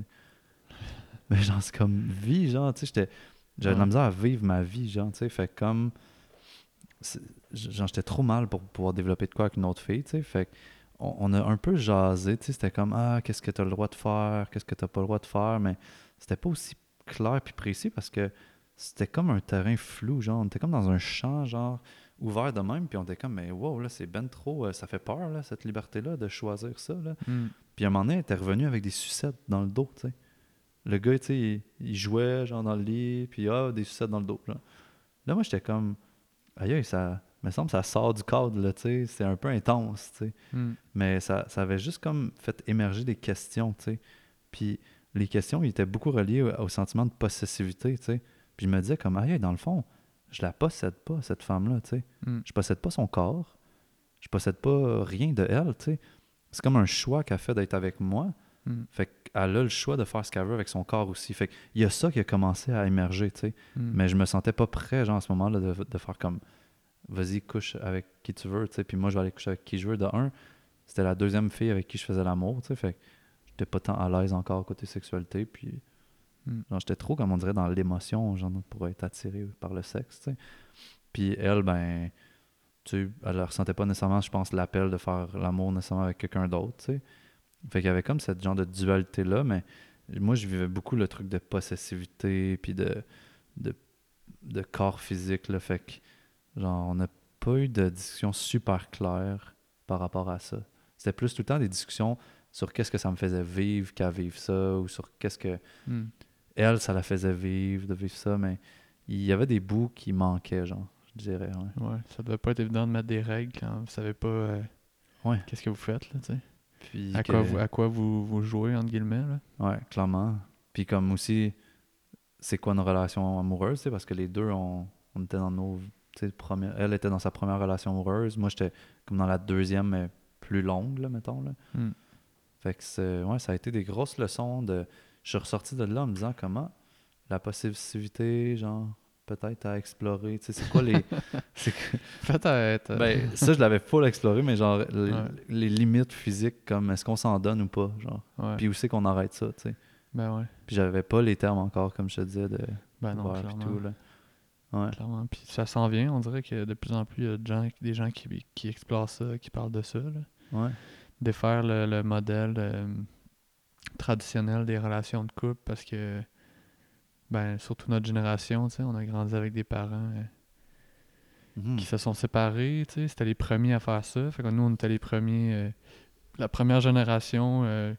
Mais genre, c'est comme vie, genre, tu sais, j'avais de la Ouais. misère à vivre ma vie, genre, tu sais, fait que comme, c'est- genre, j'étais trop mal pour pouvoir développer de quoi avec une autre fille, tu sais, fait on a un peu jasé, tu sais, c'était comme, ah, qu'est-ce que t'as le droit de faire, qu'est-ce que t'as pas le droit de faire, mais c'était pas aussi clair puis précis parce que c'était comme un terrain flou, genre, on était comme dans un champ, genre, ouvert de même, puis on était comme, mais wow, là, c'est ben trop, ça fait peur, là, cette liberté-là, de choisir ça, là. Hmm. Puis à un moment donné, elle était revenue avec des sucettes dans le dos, tu sais. Le gars, tu sais, il jouait genre dans le lit, puis des sucettes dans le dos. Là moi, j'étais comme, aïe, ça me semble que ça sort du cadre, là, tu sais, c'est un peu intense, tu sais. Hmm. Mais ça avait juste comme fait émerger des questions, tu sais. Puis les questions, ils étaient beaucoup reliées au sentiment de possessivité, tu sais. Puis je me disais comme, aïe, dans le fond, je la possède pas, cette femme-là, tu sais. Hmm. Je possède pas son corps, je possède pas rien de elle, tu sais. C'est comme un choix qu'elle fait d'être avec moi. Hmm. Fait qu'elle a le choix de faire ce qu'elle veut avec son corps aussi. Fait qu'il y a ça qui a commencé à émerger, tu sais. Hmm. Mais je me sentais pas prêt, genre, à ce moment-là, de faire comme, vas-y, couche avec qui tu veux, tu sais. Puis moi, je vais aller coucher avec qui je veux. De un, c'était la deuxième fille avec qui je faisais l'amour, tu sais. Fait que j'étais pas tant à l'aise encore côté sexualité. Puis, Hmm. genre, j'étais trop, comme on dirait, dans l'émotion, genre, pour être attiré par le sexe, tu sais. Puis elle, ben, tu sais, elle ressentait pas nécessairement, je pense, l'appel de faire l'amour nécessairement avec quelqu'un d'autre, tu sais. Fait qu'il y avait comme cette genre de dualité-là, mais moi, je vivais beaucoup le truc de possessivité, puis de, de corps physique, là. Fait que, genre, on n'a pas eu de discussion super claire par rapport à ça. C'était plus tout le temps des discussions sur qu'est-ce que ça me faisait vivre qu'à vivre ça, ou sur qu'est-ce que Hmm. elle, ça la faisait vivre, de vivre ça, mais il y avait des bouts qui manquaient, genre, je dirais, ouais. Ouais, ça doit pas être évident de mettre des règles quand vous savez pas Ouais. qu'est-ce que vous faites, là, tu sais. Puis que, À quoi vous jouez, entre guillemets, là. ouais, clairement. Puis comme aussi, c'est quoi une relation amoureuse, tu sais, parce que les deux, on était dans nos, tu sais, elle était dans sa première relation amoureuse, moi j'étais comme dans la deuxième, mais plus longue, là, mettons, là. Hmm. Fait que ouais, ça a été des grosses leçons de... Je suis ressorti de là en me disant comment la possessivité, genre, peut-être à explorer, tu sais, c'est quoi les... c'est que- Peut-être. Ben, ça, je l'avais full exploré, mais genre, Ouais, les limites physiques, comme est-ce qu'on s'en donne ou pas, genre. ouais. Puis où c'est qu'on arrête ça, tu sais. Ben ouais. Puis j'avais pas les termes encore, comme je te disais, de Ben non, ouvert puis clairement. tout, là. Ouais. Clairement. Puis ça s'en vient, on dirait que de plus en plus, il y a des gens qui explorent ça, qui parlent de ça, là. Ouais. Défaire le modèle traditionnel des relations de couple parce que, ben, surtout notre génération, tu sais, on a grandi avec des parents Mhm. qui se sont séparés, tu sais, c'était les premiers à faire ça. Fait que nous, on était les premiers, la première génération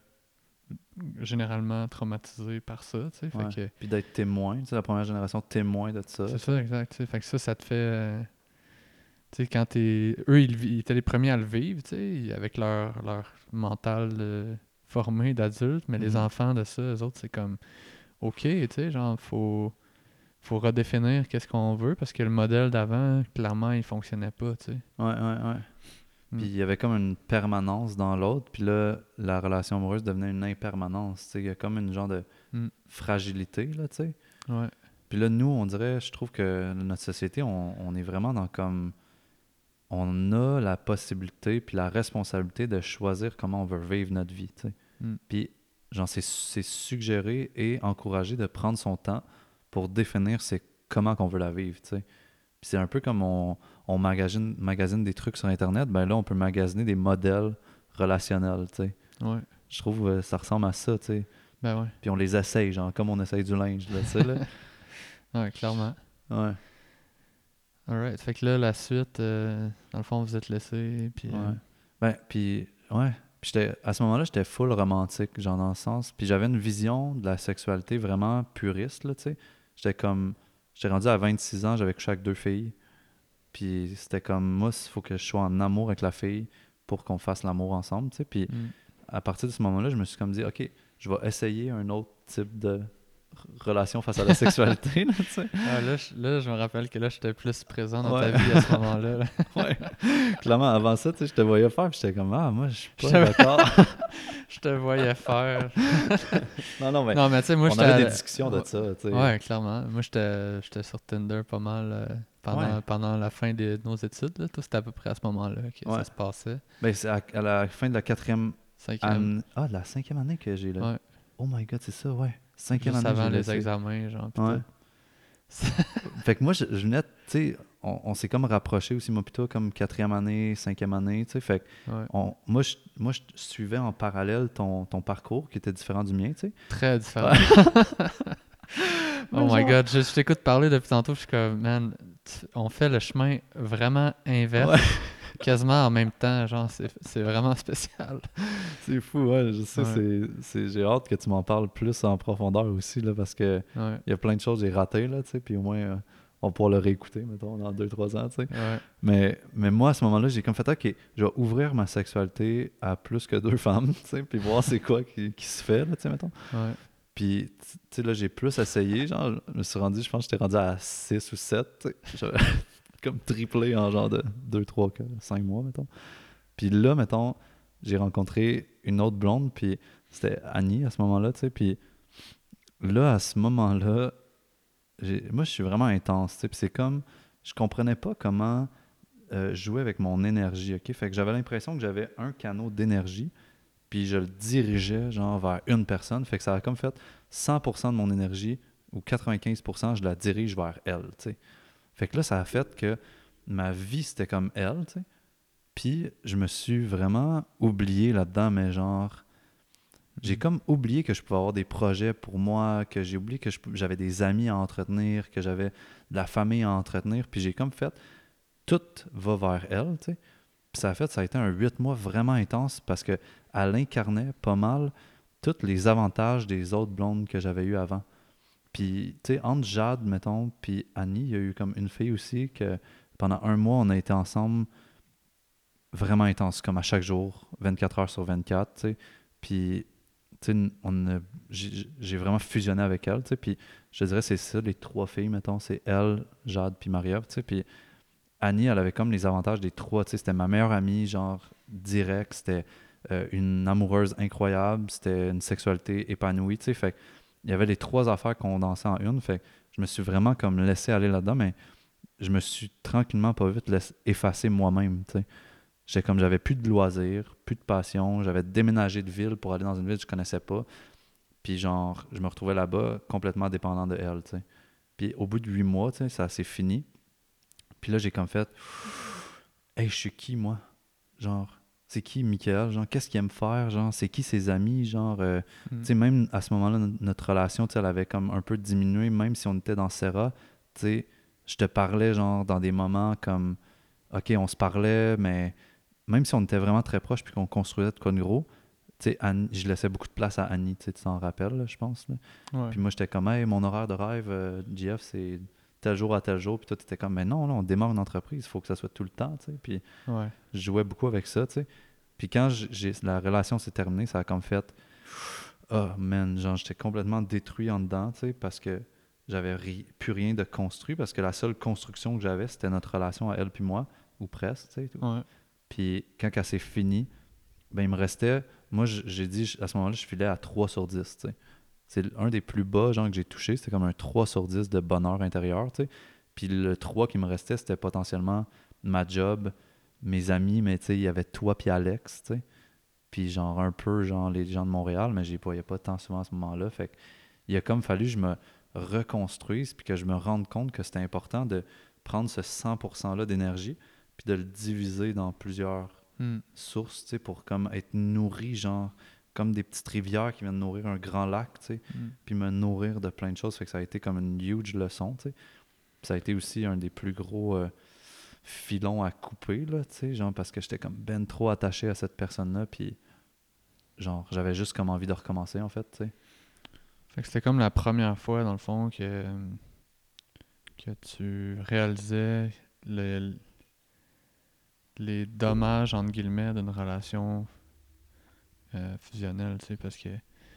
généralement traumatisée par ça, tu sais. Fait Ouais. que Puis d'être témoin, tu sais, la première génération témoin de ça. c'est ça, exact, tu sais. Fait que ça te fait... tu sais, quand t'es... Eux, ils étaient les premiers à le vivre, tu sais, avec leur mental formé d'adulte, mais les Mhm. enfants de ça, eux autres, c'est comme... OK, tu sais, genre, faut redéfinir qu'est-ce qu'on veut, parce que le modèle d'avant, clairement, il fonctionnait pas, tu sais. Ouais. Mm. Puis il y avait comme une permanence dans l'autre, puis là, la relation amoureuse devenait une impermanence. Tu sais, il y a comme une genre de Mm. fragilité, là, tu sais. Ouais. Puis là, nous, on dirait, je trouve que notre société, on est vraiment dans comme on a la possibilité puis la responsabilité de choisir comment on veut vivre notre vie, tu sais. Puis, genre, c'est suggéré et encouragé de prendre son temps pour définir c'est comment qu'on veut la vivre, tu sais. Puis c'est un peu comme on magasine des trucs sur Internet, ben là, on peut magasiner des modèles relationnels, tu sais. Ouais. Je trouve ça ressemble à ça, tu sais. Ben ouais. Puis on les essaye, genre, comme on essaye du linge, là, tu sais, là. Ouais, clairement. Ouais, Alright. Fait que là, la suite, dans le fond, vous êtes laissés, puis... ouais. Ben, puis, ouais. Puis à ce moment-là, j'étais full romantique, genre, dans le sens. Puis j'avais une vision de la sexualité vraiment puriste, là, tu sais. J'étais rendu à 26 ans, j'avais couché avec 2 filles. Puis c'était comme, moi, il faut que je sois en amour avec la fille pour qu'on fasse l'amour ensemble, tu sais. Puis à partir de ce moment-là, je me suis comme dit, OK, je vais essayer un autre type de relation face à la sexualité, là, tu sais. Ah, là, je me rappelle que là, j'étais plus présent dans ta Ouais. vie à ce moment-là. Là. Ouais. Clairement, avant ça, tu sais, je te voyais faire, puis j'étais comme, ah, moi, je suis pas Je- d'accord. Je te voyais faire. Non, mais Non, mais tu sais, moi, on j'étais... avait des discussions de ça, tu sais. Ouais, clairement. Moi, j'étais sur Tinder pas mal Ouais. pendant la fin de nos études. Là. Toi, c'était à peu près à ce moment-là que Ouais. ça se passait. Ben, c'est à la fin de la 4e Cinquième. année. Ah, de la 5e année que j'ai là. Ouais. Oh my god, c'est ça, ouais. 5e Juste année, avant j'ai les laissé. examens, genre, pis Ouais. tout. Fait que moi, je venais, tu sais, on s'est comme rapprochés aussi, moi, plutôt comme 4e année, 5e année, tu sais. Fait que Ouais. moi, je suivais en parallèle ton parcours qui était différent du mien, tu sais. Très différent. Oh Mais my genre- god, je t'écoute parler depuis tantôt, je suis comme, man, on fait le chemin vraiment inverse, Ouais, quasiment en même temps, genre, c'est vraiment spécial. c'est fou, ouais, je sais, Ouais. j'ai hâte que tu m'en parles plus en profondeur aussi, là, parce que Ouais, il y a plein de choses que j'ai ratées, là, tu sais, puis au moins, on pourra le réécouter, mettons, dans 2-3 ans, tu sais. ouais, Mais moi, à ce moment-là, j'ai comme fait, OK, je vais ouvrir ma sexualité à plus que 2 femmes, tu sais, puis voir c'est quoi qui se fait, là, tu sais, mettons. ouais. Puis, tu sais, là, j'ai plus essayé, genre, je me suis rendu, je pense que j'étais rendu à 6 ou 7, tu sais. J'avais comme triplé en genre de 2, 3, 5 mois, mettons. Puis là, mettons, j'ai rencontré une autre blonde, puis c'était Annie à ce moment-là, tu sais. Puis là, à ce moment-là, moi, je suis vraiment intense, tu sais. Puis c'est comme, je comprenais pas comment jouer avec mon énergie, ok? Fait que j'avais l'impression que j'avais un canot d'énergie, puis je le dirigeais, genre, vers une personne. Fait que ça a comme fait 100% de mon énergie, ou 95%, je la dirige vers elle, tu sais. Fait que là, ça a fait que ma vie, c'était comme elle, tu sais. Puis je me suis vraiment oublié là-dedans, mais genre, j'ai comme oublié que je pouvais avoir des projets pour moi, que j'ai oublié que j'avais des amis à entretenir, que j'avais de la famille à entretenir, puis j'ai comme fait, tout va vers elle, tu sais. Puis ça a été un 8 mois vraiment intense parce que elle incarnait pas mal tous les avantages des autres blondes que j'avais eues avant. Puis, tu sais, entre Jade, mettons, puis Annie, il y a eu comme une fille aussi que pendant un mois, on a été ensemble vraiment intense, comme à chaque jour, 24 heures sur 24, tu sais. Puis, tu sais, j'ai vraiment fusionné avec elle, tu sais. Puis, je dirais, c'est ça, les 3 filles, mettons, c'est elle, Jade, puis Maria, tu sais. Puis, Annie, elle avait comme les avantages des 3, tu sais. C'était ma meilleure amie, genre, direct. C'était une amoureuse incroyable. C'était une sexualité épanouie, tu sais. Fait il y avait les 3 affaires qu'on dansait en une. Fait que je me suis vraiment comme laissé aller là-dedans, mais je me suis tranquillement pas vite effacer moi-même, tu sais. J'avais plus de loisirs, plus de passion. J'avais déménagé de ville pour aller dans une ville que je connaissais pas. Puis genre, je me retrouvais là-bas complètement dépendant de elle, tu sais. Puis au bout de 8 mois, tu sais, ça s'est fini. Puis là, j'ai comme fait, hey, je suis qui, moi? Genre, c'est qui Michael? Genre, qu'est-ce qu'il aime faire? Genre, c'est qui ses amis? Genre, tu sais, même à ce moment-là, notre relation, tu sais, elle avait comme un peu diminué, même si on était dans Serra. Tu sais, je te parlais, genre, dans des moments comme, OK, on se parlait, mais même si on était vraiment très proches puis qu'on construisait de quoi de gros, tu sais, je laissais beaucoup de place à Annie, tu sais, tu t'en rappelles, là, je pense. Là. Ouais. Puis moi, j'étais comme, hey, mon horaire de rêve, GF, c'est tel jour à tel jour. Puis toi, t'étais comme, mais non, là, on démarre une entreprise, il faut que ça soit tout le temps, tu sais. Puis Ouais. je jouais beaucoup avec ça, tu sais. Puis quand la relation s'est terminée, ça a comme fait, oh man, genre, j'étais complètement détruit en dedans, tu sais, parce que j'avais plus rien de construit, parce que la seule construction que j'avais, c'était notre relation à elle puis moi, ou presque, tu sais. Tout. Ouais. Puis quand elle s'est finie, ben il me restait, moi j'ai dit, à ce moment-là, je filais à 3 sur 10, tu sais. C'est un des plus bas, genre, que j'ai touché, c'était comme un 3 sur 10 de bonheur intérieur, tu sais. Puis le 3 qui me restait, c'était potentiellement ma job, mes amis, mais tu sais, il y avait toi puis Alex, tu sais. Puis genre un peu, genre les gens de Montréal, mais je les voyais pas tant souvent à ce moment-là. Fait que il a comme fallu que je me reconstruise puis que je me rende compte que c'était important de prendre ce 100%-là d'énergie puis de le diviser dans plusieurs Hmm. sources, tu sais, pour comme être nourri, genre comme des petites rivières qui viennent nourrir un grand lac, tu sais, Hmm. puis me nourrir de plein de choses. Fait que ça a été comme une huge leçon, tu sais. Puis ça a été aussi un des plus gros filons à couper, là, tu sais, genre parce que j'étais comme ben trop attaché à cette personne-là, puis genre j'avais juste comme envie de recommencer, en fait, tu sais. Fait que c'était comme la première fois, dans le fond, que tu réalisais les dommages, entre guillemets, d'une relation fusionnelle, tu sais, parce que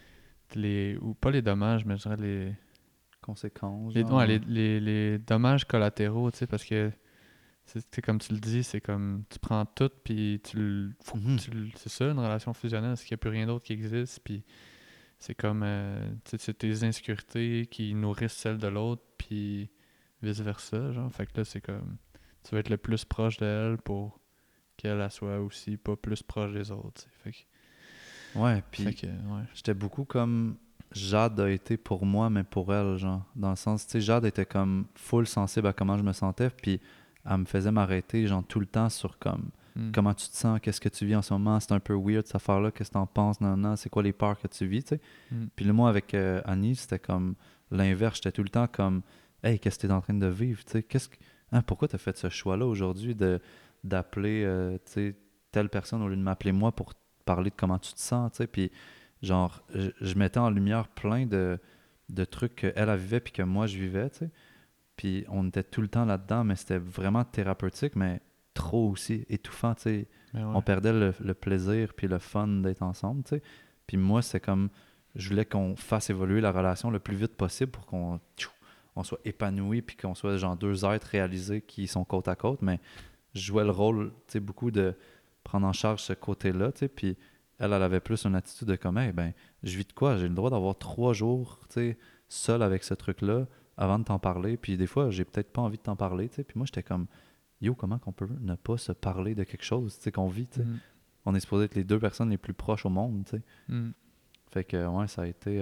ou pas les dommages, mais je dirais Conséquences, ouais, genre. les dommages collatéraux, tu sais, parce que, c'est comme tu le dis, c'est comme, tu prends tout, puis Mhm. c'est ça, une relation fusionnelle, c'est qu'il n'y a plus rien d'autre qui existe, puis c'est comme, tu sais, c'est tes insécurités qui nourrissent celles de l'autre, puis vice-versa, genre, fait que là, c'est comme, tu vas être le plus proche d'elle pour qu'elle elle soit aussi pas plus proche des autres, tu sais, Ouais, fait puis que, ouais. j'étais beaucoup comme Jade a été pour moi, mais pour elle, genre. Dans le sens, tu sais, Jade était comme full sensible à comment je me sentais, puis elle me faisait m'arrêter, genre, tout le temps sur comme Hmm. comment tu te sens, qu'est-ce que tu vis en ce moment, c'est un peu weird cette affaire-là, qu'est-ce que t'en penses, non, non, c'est quoi les peurs que tu vis, tu sais. Hmm. Puis le moi, avec Annie, c'était comme l'inverse, j'étais tout le temps comme, hey, qu'est-ce que t'es en train de vivre, tu sais, pourquoi t'as fait ce choix-là aujourd'hui d'appeler, tu sais, telle personne au lieu de m'appeler moi pour parler de comment tu te sens, tu sais, puis genre, je mettais en lumière plein de trucs qu'elle elle vivait puis que moi je vivais, tu sais. Puis on était tout le temps là-dedans, mais c'était vraiment thérapeutique, mais trop aussi étouffant, tu sais. Mais On ouais. perdait le plaisir puis le fun d'être ensemble, tu sais. Puis moi, c'est comme, je voulais qu'on fasse évoluer la relation le plus vite possible pour on soit épanoui puis qu'on soit genre deux êtres réalisés qui sont côte à côte, mais je jouais le rôle, tu sais, beaucoup de prendre en charge ce côté-là, tu sais, puis elle avait plus une attitude de comme, hey, ben, je vis de quoi? J'ai le droit d'avoir 3 jours, tu sais, seul avec ce truc-là avant de t'en parler, puis des fois, j'ai peut-être pas envie de t'en parler, tu sais, puis moi, j'étais comme, yo, comment qu'on peut ne pas se parler de quelque chose, tu sais, qu'on vit, tu sais? Hmm. On est supposé être les deux personnes les plus proches au monde, tu sais. Hmm. Fait que, ouais, ça a été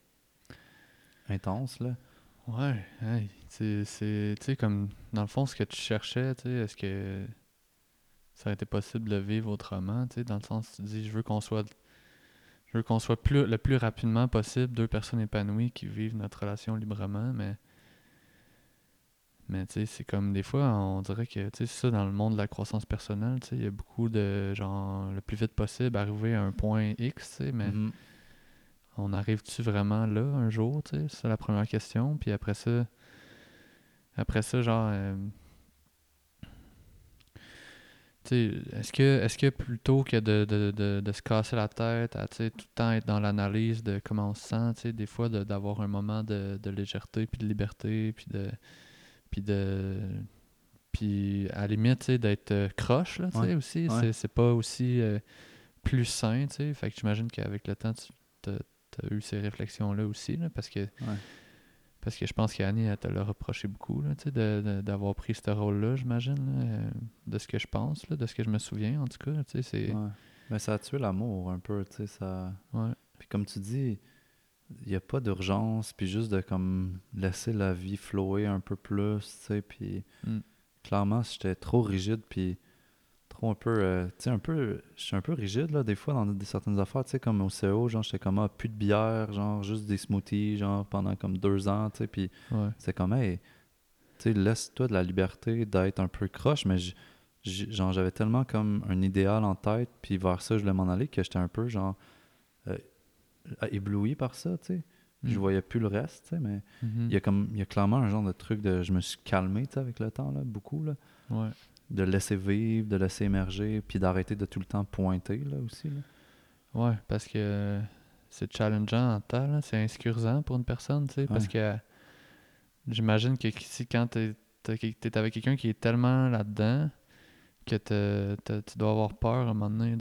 intense, là. Ouais, hey, tu sais, comme, dans le fond, ce que tu cherchais, tu sais, est-ce que ça aurait été possible de vivre autrement, tu sais, dans le sens, tu dis, je veux qu'on soit le plus rapidement possible deux personnes épanouies qui vivent notre relation librement, mais tu sais, c'est comme, des fois, on dirait que, tu sais, c'est ça, dans le monde de la croissance personnelle, tu sais, il y a beaucoup de, genre, le plus vite possible, arriver à un point X, tu sais, mais Mhm. on arrive-tu vraiment là, un jour, tu sais, c'est la première question, puis après ça, genre... tu sais, est-ce que plutôt que de se casser la tête à tu sais, tout le temps être dans l'analyse de comment on se sent, tu sais, des fois d'avoir un moment de légèreté puis de liberté puis de puis à la limite tu sais, d'être croche là, tu Ouais, sais aussi, ouais, c'est pas aussi plus sain, tu sais. Fait que j'imagine qu'avec le temps t'as eu ces réflexions là aussi là, ouais. parce que je pense qu'Annie, elle te l'a reproché beaucoup, là, tu sais, d'avoir pris ce rôle-là, j'imagine, là, de ce que je pense, là, de ce que je me souviens, en tout cas, tu sais, c'est... Ouais. Mais ça a tué l'amour un peu, tu sais, ça... Ouais. Puis comme tu dis, il n'y a pas d'urgence, puis juste de comme laisser la vie flower un peu plus, tu sais, puis Mm. clairement, j'étais trop rigide, puis trop un peu, tu sais, je suis un peu rigide, là, des fois, dans certaines affaires, tu sais, comme au CO, genre, j'étais comme, ah, plus de bière, genre, juste des smoothies, genre, pendant comme 2 ans, tu sais, puis Ouais. c'est comme, hey, tu sais, laisse-toi de la liberté d'être un peu croche, mais genre, j'avais tellement comme un idéal en tête, puis vers ça, je voulais m'en aller, que j'étais un peu, genre, euh, ébloui par ça, tu sais. Je Mm. voyais plus le reste, tu sais, mais Mhm. il y a clairement un genre de truc de, je me suis calmé, tu sais, avec le temps, là, beaucoup, là. Ouais. De laisser vivre, de laisser émerger, puis d'arrêter de tout le temps pointer, là, aussi, là. Ouais, parce que c'est challengeant en temps, là, c'est insécurisant pour une personne, tu sais, parce Ouais, que j'imagine que si quand t'es avec quelqu'un qui est tellement là-dedans que tu dois avoir peur à un moment donné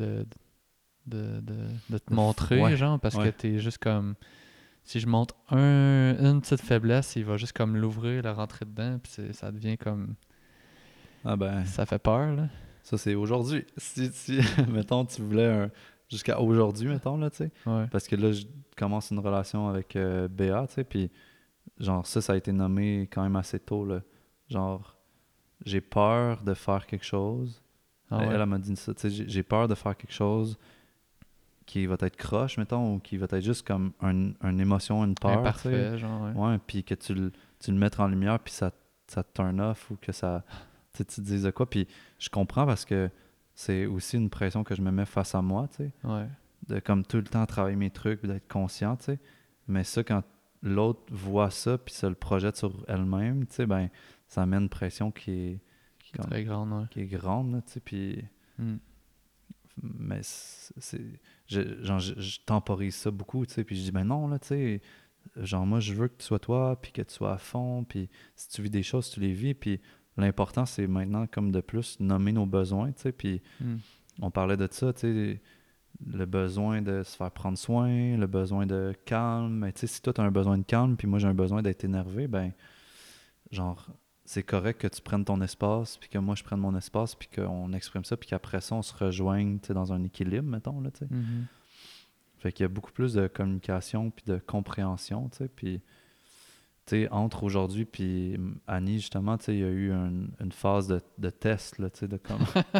de te montrer, ouais, genre, parce que ouais. t'es juste comme... Si je montre une petite faiblesse, il va juste comme l'ouvrir, la rentrer dedans, puis ça devient comme... Ah ben, Ça fait peur, là. Ça, c'est aujourd'hui. Si mettons, tu voulais jusqu'à aujourd'hui, mettons, là, tu sais. Ouais. Parce que là, je commence une relation avec Béa, tu sais, puis genre, ça a été nommé quand même assez tôt, là. Genre, j'ai peur de faire quelque chose. Ah Elle, ouais. elle m'a dit ça, tu sais, j'ai peur de faire quelque chose qui va être croche, mettons, ou qui va être juste comme une émotion, une peur, tu sais. Imparfait, genre, ouais. Ouais, puis que tu le mettes en lumière, puis ça te turn off, ou que ça, tu sais, tu te dises de quoi. Puis je comprends parce que c'est aussi une pression que je me mets face à moi, tu sais, Ouais. de comme tout le temps travailler mes trucs, puis d'être conscient, tu sais. Mais ça, quand l'autre voit ça, puis ça le projette sur elle-même, tu sais, ben, ça amène une pression Qui est comme, très grande, ouais. qui est grande, là, tu sais, puis... Hmm. Mais genre, je temporise ça beaucoup, tu sais, puis je dis, ben non, là, tu sais, genre, moi, je veux que tu sois toi, puis que tu sois à fond, puis si tu vis des choses, tu les vis, puis l'important, c'est maintenant, comme de plus, nommer nos besoins, tu sais, puis Hmm. on parlait de ça, tu sais, le besoin de se faire prendre soin, le besoin de calme, mais tu sais, si toi, tu as un besoin de calme, puis moi, j'ai un besoin d'être énervé, ben, genre, c'est correct que tu prennes ton espace, puis que moi, je prenne mon espace, puis qu'on exprime ça, puis qu'après ça, on se rejoigne, tu sais, dans un équilibre, mettons, là, tu sais. Mhm. Fait qu'il y a beaucoup plus de communication puis de compréhension, tu sais. Puis, tu sais, entre aujourd'hui puis Annie, justement, tu sais, il y a eu une phase de test, là, tu sais, de comme...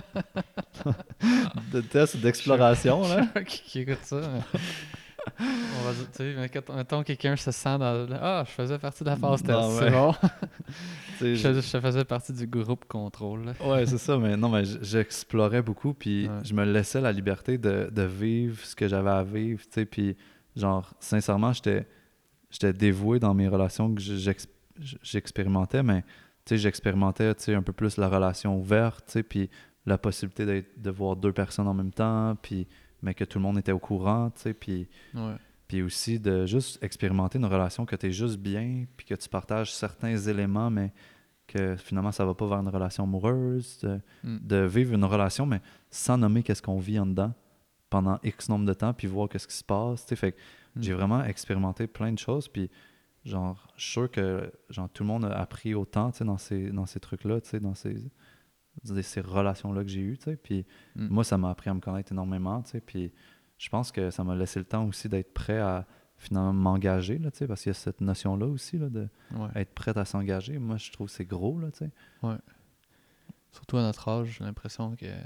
de test, d'exploration, Je là. sais pas qui écoute ça, mais on va dire, tu sais, mais mettons quelqu'un se sent dans... Ah, je faisais partie de la phase test, Non, c'est mais, bon. tu sais, Je faisais partie du groupe contrôle, là. ouais, c'est ça, mais non, mais j'explorais beaucoup, puis Ouais. je me laissais la liberté de vivre ce que j'avais à vivre, tu sais, puis genre, sincèrement, j'étais dévoué dans mes relations que j'expérimentais, mais tu sais, j'expérimentais, tu sais, un peu plus la relation ouverte, tu sais, puis la possibilité de voir deux personnes en même temps, puis mais que tout le monde était au courant, tu sais, Ouais. puis aussi de juste expérimenter une relation que tu es juste bien, puis que tu partages certains éléments, mais que finalement ça va pas vers une relation amoureuse, Hmm. de vivre une relation, mais sans nommer qu'est-ce qu'on vit en dedans pendant X nombre de temps, puis voir qu'est-ce qui se passe, tu sais, fait que Hmm. j'ai vraiment expérimenté plein de choses, puis genre, je suis sûr que genre, tout le monde a appris autant, tu sais, dans ces trucs-là, tu sais, dans ces relations-là que j'ai eues, tu sais, puis Hmm. moi, ça m'a appris à me connaître énormément, tu sais, puis je pense que ça m'a laissé le temps aussi d'être prêt à finalement m'engager, là, tu sais, parce qu'il y a cette notion-là aussi, là, de Ouais. être prêt à s'engager. Moi, je trouve que c'est gros, là, tu sais. Ouais. Surtout à notre âge, j'ai l'impression que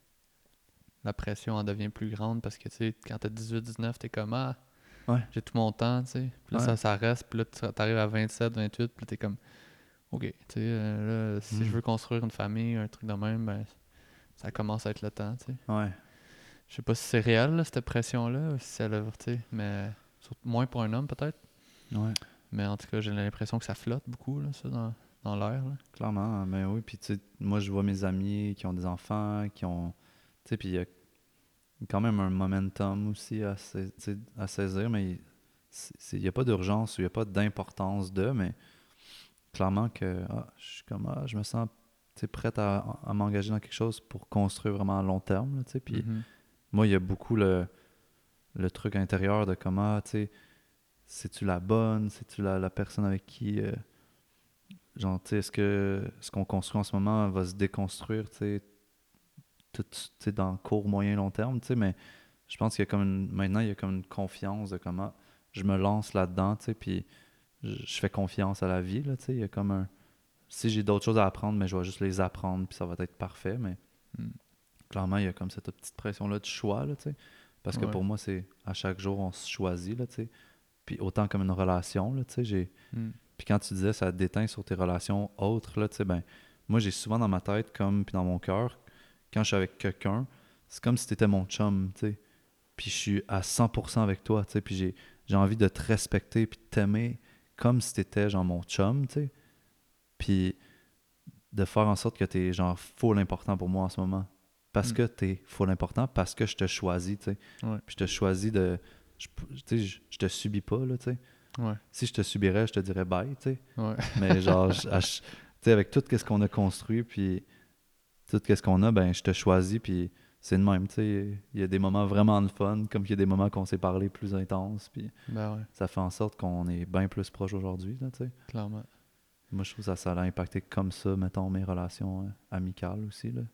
la pression en devient plus grande parce que, tu sais, quand t'as 18-19, t'es comme, ah, Ouais, j'ai tout mon temps, tu sais. Puis là, ouais. ça reste, puis là, t'arrives à 27-28, puis là, t'es comme, OK, tu sais, là, si je Mm. veux construire une famille, un truc de même, ben, ça commence à être le temps, tu sais. Ouais, Je sais pas si c'est réel, là, cette pression-là, ou si c'est tu sais, mais moins pour un homme, peut-être. ouais, Mais en tout cas, j'ai l'impression que ça flotte beaucoup, là, ça, dans l'air, là. clairement, mais oui, puis tu sais, moi, je vois mes amis qui ont des enfants, qui ont, tu sais, puis il y a quand même un momentum aussi tu sais, à saisir, mais il n'y a pas d'urgence, il n'y a pas d'importance de, mais clairement que je suis comme, je me sens tu sais, prête à m'engager dans quelque chose pour construire vraiment à long terme, là, tu sais, puis Mhm. moi, il y a beaucoup le truc intérieur de comment, tu sais, c'est-tu la bonne, c'est-tu la personne avec qui, genre, tu sais, est-ce que ce qu'on construit en ce moment va se déconstruire, tu sais, tout, tu sais, dans court, moyen, long terme, tu sais, mais je pense qu'il y a comme maintenant, il y a comme une confiance de comment je me lance là-dedans, tu sais, puis je fais confiance à la vie, là, tu sais, il y a comme un... Si j'ai d'autres choses à apprendre, mais je vais juste les apprendre, puis ça va être parfait, mais Mm. clairement, il y a comme cette petite pression-là de choix, là, tu sais, parce que Ouais. pour moi, c'est à chaque jour, on se choisit, là, tu sais, puis autant comme une relation, là, tu sais, Mm. Puis quand tu disais ça déteint sur tes relations autres, là, tu sais, ben, moi, j'ai souvent dans ma tête, comme, puis dans mon cœur, quand je suis avec quelqu'un, c'est comme si t'étais mon chum, tu sais. Puis je suis à 100% avec toi, tu sais. Puis j'ai envie de te respecter puis de t'aimer comme si t'étais, genre, mon chum, tu sais. Puis de faire en sorte que t'es, genre, full important pour moi en ce moment. Parce Mm. que t'es full important, parce que je te choisis, tu sais. Ouais. Puis je te choisis de... Tu sais, je te subis pas, là, tu sais. Ouais. Si je te subirais, je te dirais bye, tu sais. Ouais. Mais genre, tu sais, avec tout ce qu'on a construit, puis tout ce qu'on a, ben je te choisis, puis c'est de même, tu sais. Il y a des moments vraiment de fun, comme il y a des moments qu'on s'est parlé plus intenses, puis Ben ouais, ça fait en sorte qu'on est bien plus proche aujourd'hui, là, tu sais. clairement. Moi, je trouve que ça a impacté comme ça, mettons, mes relations amicales aussi, là.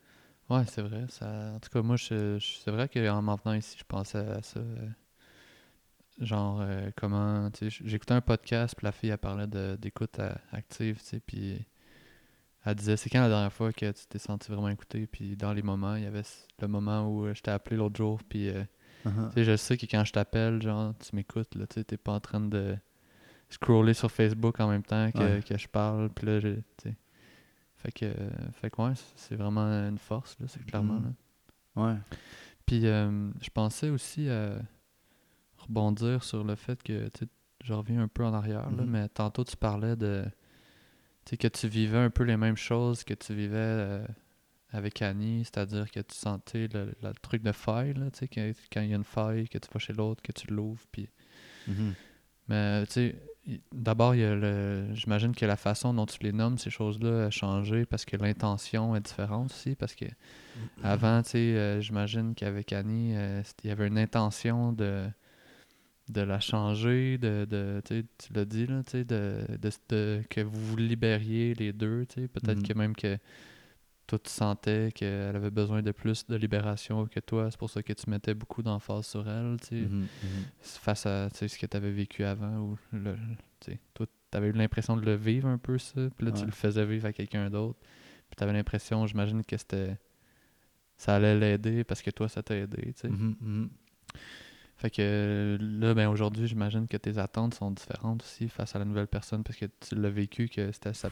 Ouais, c'est vrai. Ça... En tout cas, moi, c'est vrai qu'en m'en venant ici, je pensais à ça. Genre, comment. Tu sais, j'écoutais un podcast, puis la fille, elle parlait d'écoute active, tu sais, puis elle disait, c'est quand la dernière fois que tu t'es senti vraiment écouté, puis dans les moments, il y avait le moment où je t'ai appelé l'autre jour, puis Mhm. tu sais, je sais que quand je t'appelle, genre, tu m'écoutes, là, tu sais, t'es pas en train de scroller sur Facebook en même temps Ouais. que je parle, puis là, tu sais. Fait que ouais, c'est vraiment une force, là, c'est clairement, Mhm. là. Ouais. Puis je pensais aussi à rebondir sur le fait que, tu sais, je reviens un peu en arrière, là, Mhm. mais tantôt tu parlais de, tu sais, que tu vivais un peu les mêmes choses que tu vivais avec Annie, c'est-à-dire que tu sentais le truc de faille, là, tu sais, quand il y a une faille, que tu vas chez l'autre, que tu l'ouvres, puis... Mhm. Mais, tu sais, d'abord, il y a j'imagine que la façon dont tu les nommes, ces choses-là, a changé parce que l'intention est différente aussi, parce que avant, tu sais, j'imagine qu'avec Annie, il y avait une intention de la changer, tu sais, tu l'as dit, là, tu sais, que vous vous libériez les deux, tu sais, peut-être Mhm. que même que toi, tu sentais qu'elle avait besoin de plus de libération que toi, c'est pour ça que tu mettais beaucoup d'emphase sur elle, tu sais, Mhm. Mhm. face à, tu sais, ce que tu avais vécu avant, ou, tu sais, toi, tu avais eu l'impression de le vivre un peu, ça, puis là, tu Ouais. le faisais vivre à quelqu'un d'autre, puis tu avais l'impression, j'imagine, que ça allait l'aider parce que toi, ça t'a aidé, tu sais. Mhm. Mhm. Fait que là, ben aujourd'hui, j'imagine que tes attentes sont différentes aussi face à la nouvelle personne parce que tu l'as vécu que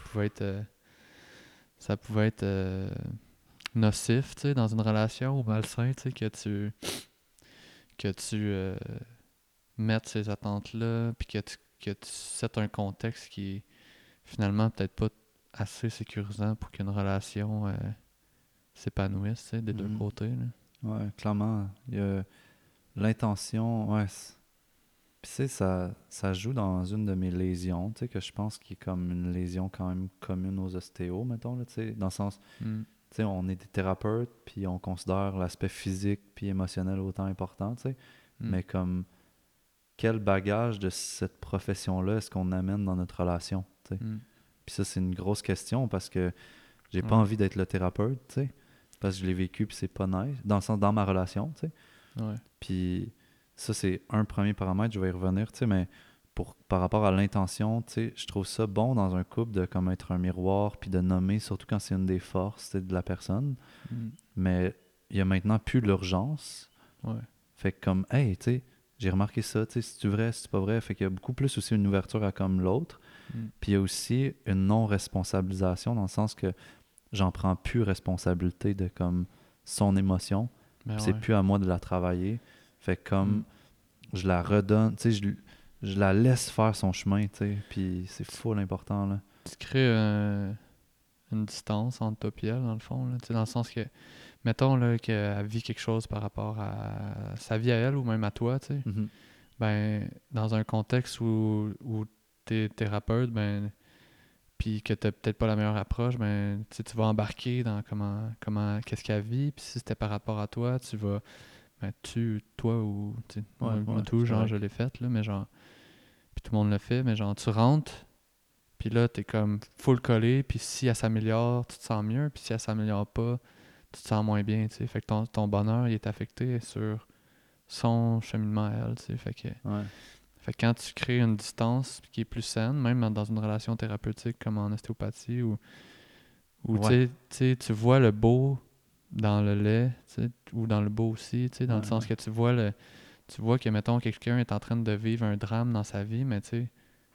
ça pouvait être nocif, tu sais, dans une relation ou malsain, tu sais, que tu mettes ces attentes-là puis que tu settes un contexte qui est finalement peut-être pas assez sécurisant pour qu'une relation s'épanouisse, tu sais, des deux Mhm. côtés, là. Ouais, clairement. Il y a l'intention, ouais. Puis tu sais, ça joue dans une de mes lésions, tu sais, que je pense qui est comme une lésion quand même commune aux ostéos, mettons, là, tu sais, dans le sens, Mm. tu sais, on est des thérapeutes, puis on considère l'aspect physique puis émotionnel autant important, tu sais, Mm. mais comme, quel bagage de cette profession-là est-ce qu'on amène dans notre relation, tu sais? Mm. Puis ça, c'est une grosse question parce que j'ai pas Ouais, envie d'être le thérapeute, tu sais, parce que je l'ai vécu puis c'est pas nice, dans le sens, dans ma relation, tu sais. ouais. Puis ça, c'est un premier paramètre, je vais y revenir, tu sais, mais par rapport à l'intention, tu sais, je trouve ça bon dans un couple de comme être un miroir, puis de nommer, surtout quand c'est une des forces, tu sais, de la personne. Mm. Mais il y a maintenant plus l'urgence. Ouais. Fait que comme, hey, tu sais, j'ai remarqué ça, tu sais, c'est-tu vrai, c'est pas vrai. Fait qu'il y a beaucoup plus aussi une ouverture à comme l'autre. Mm. Puis il y a aussi une non-responsabilisation dans le sens que j'en prends plus responsabilité de comme son émotion. Ben Puis c'est ouais. plus à moi de la travailler. Fait que Mm. comme je la redonne, tu sais, je la laisse faire son chemin, tu sais, puis c'est full important, là. Tu crées une distance entre toi et elle, dans le fond, là. Tu sais, dans le sens que, mettons là, qu'elle vit quelque chose par rapport à sa vie à elle ou même à toi, tu sais, Mhm. ben, dans un contexte où t'es thérapeute, ben, puis que t'as peut-être pas la meilleure approche, ben, tu sais, tu vas embarquer dans qu'est-ce qu'elle vit, puis si c'était par rapport à toi, tu vas, ben, toi ou, tu sais, Ouais, moi ouais, tout, c'est genre, je correct. l'ai fait, là, mais genre, puis tout le monde le fait, mais genre, tu rentres, puis là, t'es comme full collé, puis si elle s'améliore, tu te sens mieux, puis si elle s'améliore pas, tu te sens moins bien, tu sais. Fait que ton bonheur, il est affecté sur son cheminement à elle, tu sais. Ouais. Fait que quand tu crées une distance qui est plus saine, même dans une relation thérapeutique comme en ostéopathie, où Ouais. tu sais, tu vois le beau dans le lait, tu sais, ou dans le beau aussi, tu sais, dans Ouais, le sens ouais. que tu vois que, mettons, quelqu'un est en train de vivre un drame dans sa vie, mais tu sais,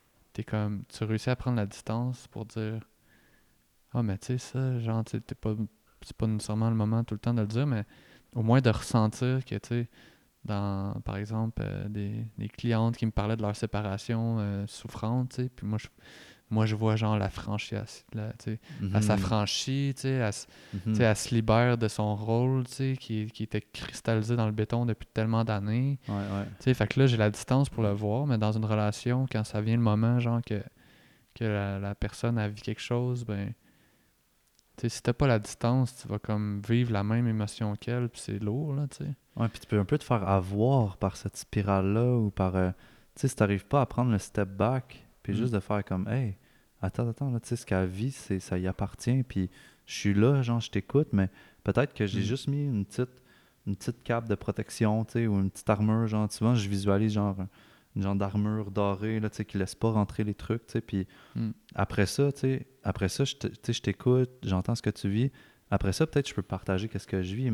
tu réussis à prendre la distance pour dire ah, mais tu sais, ça, genre, tu sais, c'est pas nécessairement le moment tout le temps de le dire, mais au moins de ressentir que, tu sais, par exemple, des clientes qui me parlaient de leur séparation souffrante, tu sais, puis moi, je vois, genre, la franchie, tu sais, elle Mhm. s'affranchit, tu sais, tu sais, Mhm. elle se libère de son rôle, tu sais, qui était cristallisé dans le béton depuis tellement d'années, Ouais, ouais. tu sais, fait que là, j'ai la distance pour le voir, mais dans une relation, quand ça vient le moment, genre, que la personne a vu quelque chose, ben tu sais, si t'as pas la distance, tu vas comme vivre la même émotion qu'elle, puis c'est lourd, là, tu sais. Ouais, puis tu peux un peu te faire avoir par cette spirale-là ou par. Tu sais, si t'arrives pas à prendre le step back, puis Mm. juste de faire comme, hey, attends, là, tu sais, ce qu'elle vit, ça y appartient, puis je suis là, genre, je t'écoute, mais peut-être que j'ai Mm. juste mis une petite cape de protection, tu sais, ou une petite armure, genre, souvent, je visualise, genre, une genre d'armure dorée, là, tu sais, qui laisse pas rentrer les trucs, tu sais, puis Mm. après ça, tu sais, tu sais, je t'écoute, j'entends ce que tu vis. Après ça, peut-être je peux partager qu'est-ce que je vis,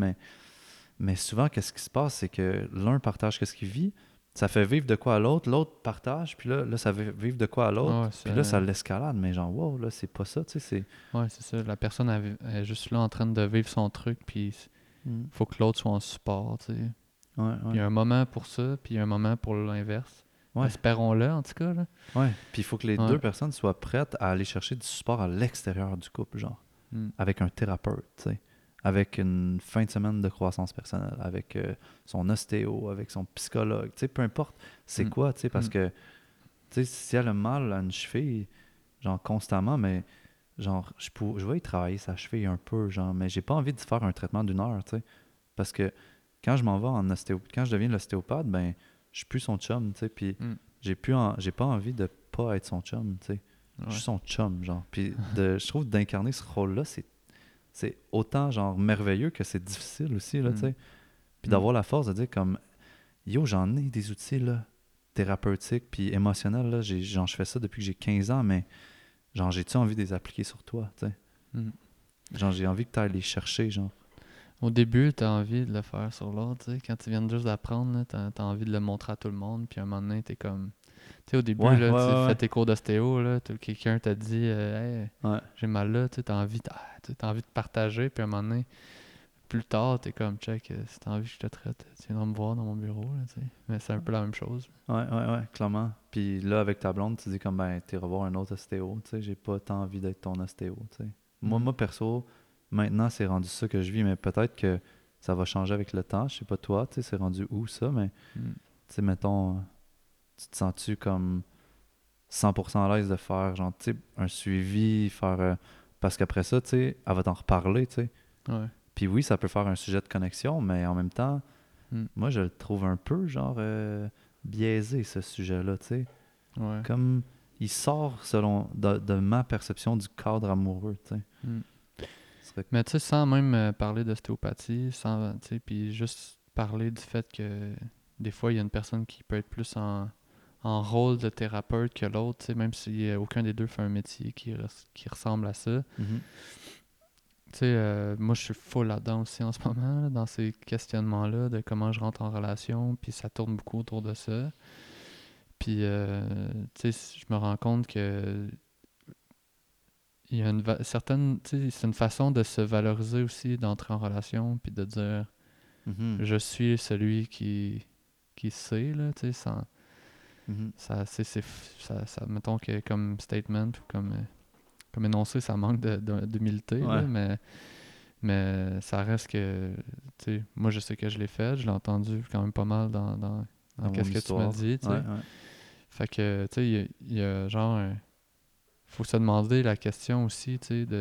mais souvent, qu'est-ce qui se passe, c'est que l'un partage qu'est-ce qu'il vit, ça fait vivre de quoi à l'autre, l'autre partage, puis là, ça fait vivre de quoi à l'autre, Ouais, puis là, ça l'escalade, mais genre, wow, là, c'est pas ça, tu sais, c'est... ouais, c'est ça. La personne elle est juste là en train de vivre son truc, puis Mm. faut que l'autre soit en support, tu sais. Ouais, Puis il ouais, y a un moment pour ça, puis il y a un moment pour l'inverse. ouais, Espérons-le, en tout cas, là. ouais. Puis il faut que les Ouais. deux personnes soient prêtes à aller chercher du support à l'extérieur du couple, genre, Mm. avec un thérapeute, tu sais, avec une fin de semaine de croissance personnelle, avec son ostéo, avec son psychologue, tu sais, peu importe c'est Mm. quoi, tu sais, parce Mm. que, tu sais, si elle a mal à une cheville, genre, constamment, mais genre, je vais y travailler sa cheville un peu, genre, mais j'ai pas envie de faire un traitement d'1 heure, tu sais, parce que quand je m'en vais en quand je deviens l'ostéopathe, ben, je suis plus son chum, tu sais, puis Mm. j'ai pas envie de pas être son chum, tu sais. Je Ouais. suis son chum, genre. Puis je trouve d'incarner ce rôle-là, c'est autant, genre, merveilleux que c'est difficile aussi, là, tu Mm. sais. Puis Mm. d'avoir la force de dire comme, yo, j'en ai des outils, là, thérapeutiques puis émotionnels, là, genre, je fais ça depuis que j'ai 15 ans, mais genre, j'ai-tu envie de les appliquer sur toi, tu sais? Mm. Genre, j'ai envie que tu ailles les chercher, genre. Au début, t'as envie de le faire sur l'autre, tu sais. Quand tu viens juste d'apprendre, là, t'as envie de le montrer à tout le monde, puis à un moment donné, t'es comme... Tu sais, au début, Ouais, là, ouais, tu fais ouais, tes cours d'ostéo, là, quelqu'un t'a dit Hey, ouais. Ouais. j'ai mal là, tu sais, t'as envie de partager, puis à un moment donné, plus tard, t'es comme, check, si t'as envie que je te traite, tu viendras me voir dans mon bureau, là, tu sais. Mais c'est un peu la même chose. Ouais, ouais, ouais, clairement. Puis là, avec ta blonde, tu dis comme, ben, t'es revoir un autre ostéo, tu sais, j'ai pas tant envie d'être ton ostéo, tu sais. Mm. Moi, perso, maintenant, c'est rendu ça que je vis, mais peut-être que ça va changer avec le temps, je sais pas toi, tu sais, c'est rendu où ça, mais, Mm. tu sais, mettons, tu te sens-tu comme 100% à l'aise de faire, genre, tu sais, un suivi, faire... parce qu'après ça, tu sais, elle va t'en reparler, tu sais. Ouais. Puis oui, ça peut faire un sujet de connexion, mais en même temps, Mm. moi, je le trouve un peu, genre, biaisé, ce sujet-là, tu sais. Ouais. Comme il sort selon de ma perception du cadre amoureux, tu sais. Mm. Ce serait- Mais tu sais, sans même parler d'ostéopathie, sans, tu sais, puis juste parler du fait que des fois, il y a une personne qui peut être plus en rôle de thérapeute que l'autre, tu sais, même si aucun des deux fait un métier qui ressemble à ça. Mhm. Tu sais, moi, je suis full là-dedans aussi en ce moment, là, dans ces questionnements-là de comment je rentre en relation, puis ça tourne beaucoup autour de ça. Puis, tu sais, je me rends compte que il y a certaine, tu sais, c'est une façon de se valoriser aussi, d'entrer en relation, puis de dire Mhm. je suis celui qui sait, là, tu sais, Mhm. mettons que comme statement ou comme énoncé, ça manque d'humilité, là, Ouais, mais ça reste que, tu sais, moi je sais que je l'ai fait, je l'ai entendu quand même pas mal dans dans mon qu'est-ce que tu me histoire. dis, tu Ouais, sais. ouais. Fait que, tu sais, il y a genre, faut se demander la question aussi, tu sais,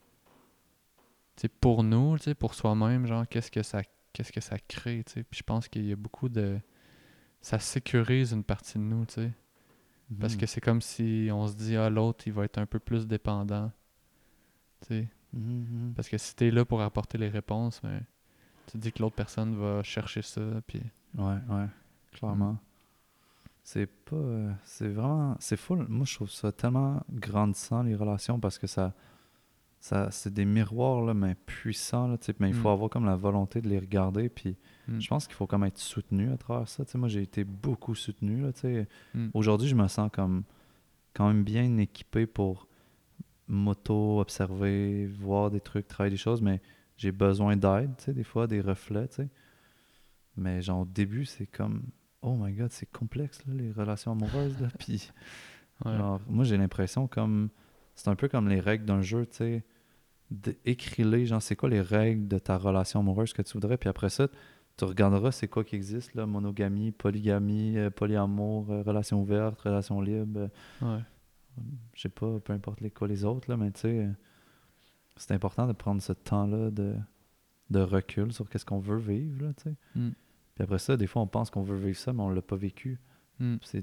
tu sais, pour nous, tu sais, pour soi-même, genre, qu'est-ce que ça crée, tu sais. Puis je pense qu'il y a beaucoup de... Ça sécurise une partie de nous, tu sais. Parce Mhm. que c'est comme si on se dit, ah, l'autre, il va être un peu plus dépendant, tu sais. Mhm. Parce que si t'es là pour apporter les réponses, ben, tu te dis que l'autre personne va chercher ça, puis... Mhm. Ouais, ouais, Mm. clairement. C'est pas... c'est vraiment... C'est fou. Moi, je trouve ça tellement grandissant, les relations, parce que c'est des miroirs, là, mais puissants, là, tu sais, mais il faut Mm. avoir comme la volonté de les regarder, puis Mm. je pense qu'il faut comme être soutenu à travers ça, tu sais. Moi, j'ai été beaucoup soutenu, là, tu sais. Mm. Aujourd'hui, je me sens comme quand même bien équipé pour m'auto-observer, voir des trucs, travailler des choses, mais j'ai besoin d'aide, tu sais, des fois, des reflets, tu sais. Mais genre, au début, c'est comme, oh my god, c'est complexe, là, les relations amoureuses, là. Puis, Ouais. genre, moi, j'ai l'impression comme, c'est un peu comme les règles d'un jeu, tu sais. Écris-les, genre, c'est quoi les règles de ta relation amoureuse que tu voudrais, puis après ça, tu regarderas c'est quoi qui existe, là, monogamie, polygamie, polyamour, relation ouverte, relation libre, Ouais. je sais pas, peu importe quoi les autres, là, mais tu sais, c'est important de prendre ce temps-là de recul sur qu'est-ce qu'on veut vivre, là, tu sais. Mm. Puis après ça, des fois, on pense qu'on veut vivre ça, mais on l'a pas vécu. Mm. C'est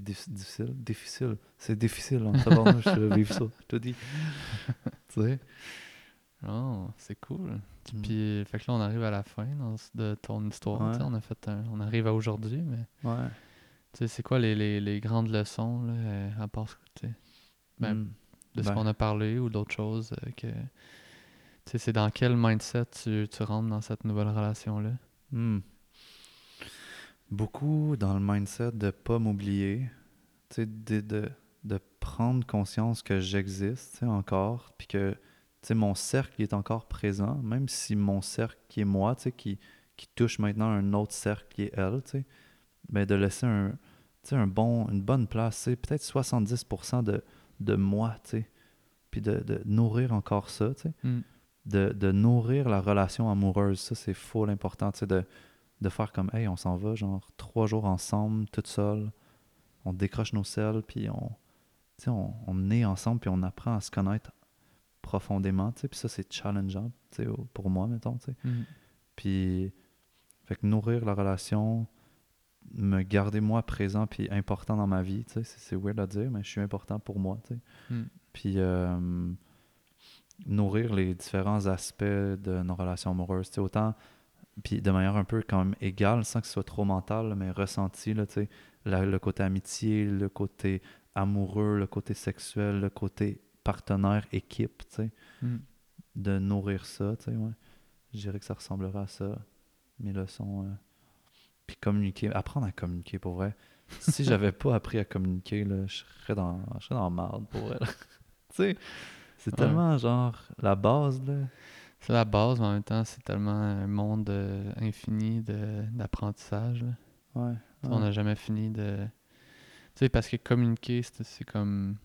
difficile. C'est difficile, en tabarnouche, de vivre ça, je te dis. Tu sais? Oh, c'est cool. Mm. Puis, fait que là, on arrive à la fin de ton histoire. Ouais. Tu sais, on arrive à aujourd'hui, mais Ouais. tu sais, c'est quoi les grandes leçons, là, à part tu sais, ben, Mm. de ce Ben, qu'on a parlé ou d'autres choses que... Tu sais, c'est dans quel mindset tu rentres dans cette nouvelle relation-là? mm. Beaucoup dans le mindset de pas m'oublier, tu sais, de prendre conscience que j'existe, tu sais, encore, puis que, tu sais, mon cercle il est encore présent, même si mon cercle qui est moi, tu sais, qui touche maintenant un autre cercle qui est elle, tu sais, mais de laisser tu sais, une bonne place, tu sais, peut-être 70% de moi, tu sais, puis de nourrir encore ça, tu sais, Hmm. de nourrir la relation amoureuse, ça, c'est full important, tu sais, de faire comme, hey, on s'en va, genre, 3 jours ensemble, toute seule, on décroche nos selles, puis tu sais, on est ensemble, puis on apprend à se connaître profondément, tu sais, puis ça, c'est challengeant, tu sais, pour moi, mettons, tu sais. Hmm. Puis, fait que nourrir la relation, me garder moi présent, puis important dans ma vie, tu sais, c'est weird à dire, mais je suis important pour moi, tu sais. Hmm. Puis, nourrir les différents aspects de nos relations amoureuses, tu sais, autant, puis de manière un peu quand même égale, sans que ce soit trop mental, là, mais ressenti, là, tu sais, le côté amitié, le côté amoureux, le côté sexuel, le côté partenaire, équipe, tu sais, Hmm. de nourrir ça, tu sais, ouais. Je dirais que ça ressemblera à ça, mes leçons. Puis communiquer, apprendre à communiquer, pour vrai. Si j'avais pas appris à communiquer, là, je serais dans la marde, pour vrai, là. Tu sais, c'est Ouais. tellement, genre, la base, là. C'est la base, mais en même temps, c'est tellement un monde infini d'apprentissage, là. Ouais, Tu sais, on ouais. n'a jamais fini de... Tu sais, parce que communiquer, c'est comme...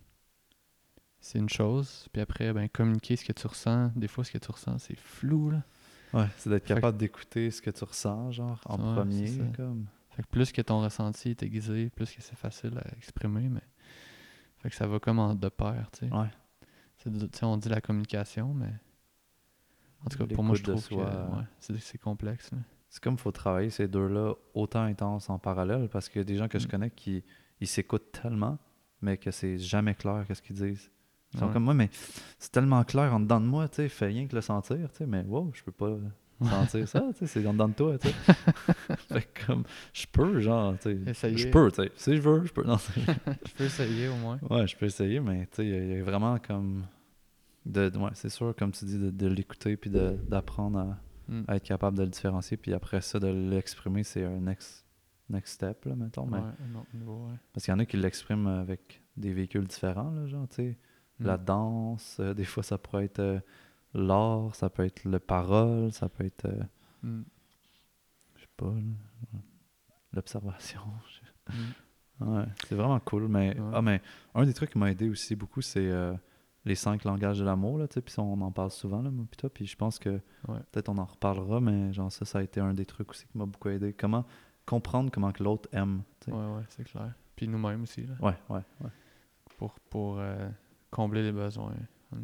C'est une chose, puis après, ben, communiquer ce que tu ressens, des fois, ce que tu ressens, c'est flou, là. Ouais, c'est d'être Fait que, capable d'écouter ce que tu ressens, genre, en ouais, c'est ça. premier, comme. Fait que plus que ton ressenti est aiguisé, plus que c'est facile à exprimer, mais... Fait que ça va comme en de pair, tu sais. Ouais, Tu sais, on dit la communication, mais... En tout cas, pour moi, je l'écoute de trouve que, soi. ouais, c'est complexe, là. C'est comme il faut travailler ces deux-là autant intenses en parallèle parce qu'il y a des gens que je Mm. connais qui ils s'écoutent tellement, mais que c'est jamais clair qu'est-ce qu'ils disent. Ils sont Ouais. comme moi, mais c'est tellement clair en dedans de moi, tu sais, fais rien que le sentir, tu sais, mais wow, je peux pas sentir ça, tu sais, c'est en dedans de toi, tu sais. Fait que comme, je peux, genre, tu sais, je Essayer. peux, tu sais, si je veux, je peux. Non, Je peux essayer, au moins. ouais, je peux essayer, mais tu sais, il y a vraiment comme, ouais, c'est sûr, comme tu dis, de l'écouter puis d'apprendre Mm. à être capable de le différencier, puis après ça, de l'exprimer, c'est un next step, là, mettons. Ouais, Mais, un autre niveau, ouais. parce qu'il y en a qui l'expriment avec des véhicules différents, là, genre, tu sais, Mm. la danse, des fois, ça pourrait être l'art, ça peut être le parole, ça peut être, Mm. je sais pas, là, l'observation. Mm. Ouais, c'est vraiment cool, mais, Ouais. mais un des trucs qui m'a aidé aussi beaucoup, c'est les 5 langages de l'amour, là, tu sais, puis on en parle souvent, là, moi, pis toi, puis je pense que Ouais. peut-être on en reparlera, mais genre ça a été un des trucs aussi qui m'a beaucoup aidé. Comment comprendre comment que l'autre aime, tu sais. Ouais, ouais, c'est clair. Puis nous-mêmes aussi, là. Ouais, ouais, ouais. Pour combler les besoins. Mm.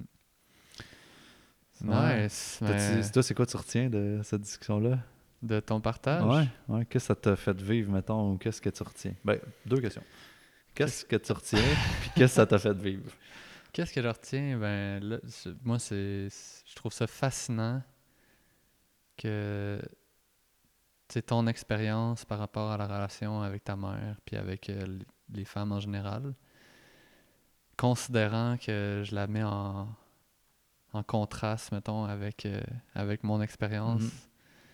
Ouais. Nice. Mais Toi, c'est quoi tu retiens de cette discussion-là? de ton Ouais, partage, ouais. Qu'est-ce que ça t'a fait vivre, mettons, ou qu'est-ce que tu retiens? Ben, 2 questions. Qu'est-ce que tu retiens, puis qu'est-ce que ça t'a fait vivre? qu'est-ce que je retiens? Ben, là, moi, je trouve ça fascinant que, tu sais, ton expérience par rapport à la relation avec ta mère, puis avec les femmes en général, considérant que je la mets en contraste, mettons, avec mon expérience. Mhm.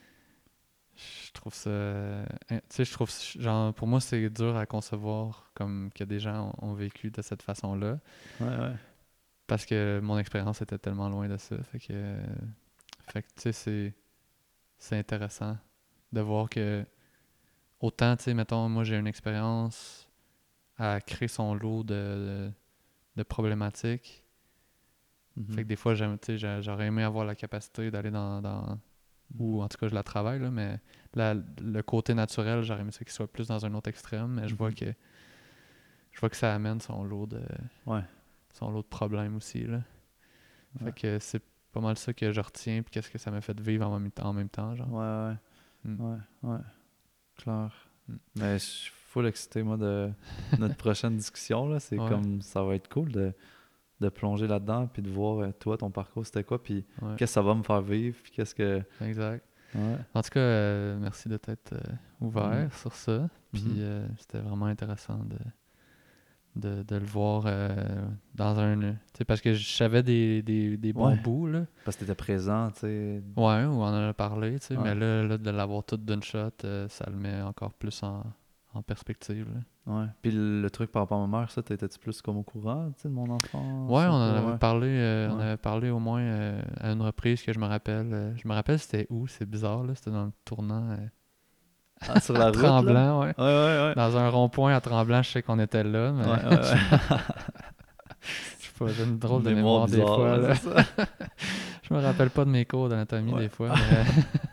Je trouve ça. Tu sais, je trouve. Genre, pour moi, c'est dur à concevoir comme que des gens ont vécu de cette façon-là. Ouais, ouais. Parce que mon expérience était tellement loin de ça. Fait que tu sais, c'est intéressant de voir que. Autant, tu sais, mettons, moi, j'ai une expérience à créer son lot de problématiques. Fait Mhm. que des fois, tu sais, j'aurais aimé avoir la capacité d'aller ou en tout cas, je la travaille, là, mais le côté naturel, j'aurais aimé ça qu'il soit plus dans un autre extrême, mais Mhm. je vois que ça amène Ouais, son lot de problèmes aussi, là. ouais, Fait que c'est pas mal ça que je retiens, puis qu'est-ce que ça m'a fait vivre en même temps, genre. ouais, ouais, Mm. ouais, ouais, clair. Mm. Mais je suis full excité, moi, de notre prochaine discussion, là. C'est Ouais. comme, ça va être cool de plonger là-dedans, puis de voir, toi, ton parcours, c'était quoi, puis Ouais, qu'est-ce que ça va me faire vivre, puis qu'est-ce que... exact. Ouais. En tout cas, merci de t'être ouvert sur ça. Puis Mhm. c'était vraiment intéressant de le voir dans un... Tu sais, parce que je savais des bons Ouais, bouts, là. parce que t'étais présent, tu sais. Ouais, où on en a parlé, tu sais. Ouais, Mais là, de l'avoir tout d'une shot, ça le met encore plus en perspective, là. ouais. Puis le truc par rapport à ma mère, ça, t'étais-tu plus comme au courant, tu sais, de mon enfance? Ouais, on Un en peu? avait Ouais. parlé, on Ouais. avait parlé au moins à une reprise que je me rappelle. Je me rappelle c'était où, c'est bizarre, là. C'était dans le tournant Ah, sur à la route, là? Tremblant, ouais. Ouais, ouais, Dans un rond-point à Tremblant, je sais qu'on était là, ouais. mais Ouais, ouais, ouais. je sais pas, j'ai une drôle de Mémoire mémoire des bizarre, fois, ouais, là. c'est ça. Je me rappelle pas de mes cours d'anatomie Ouais. des fois, mais...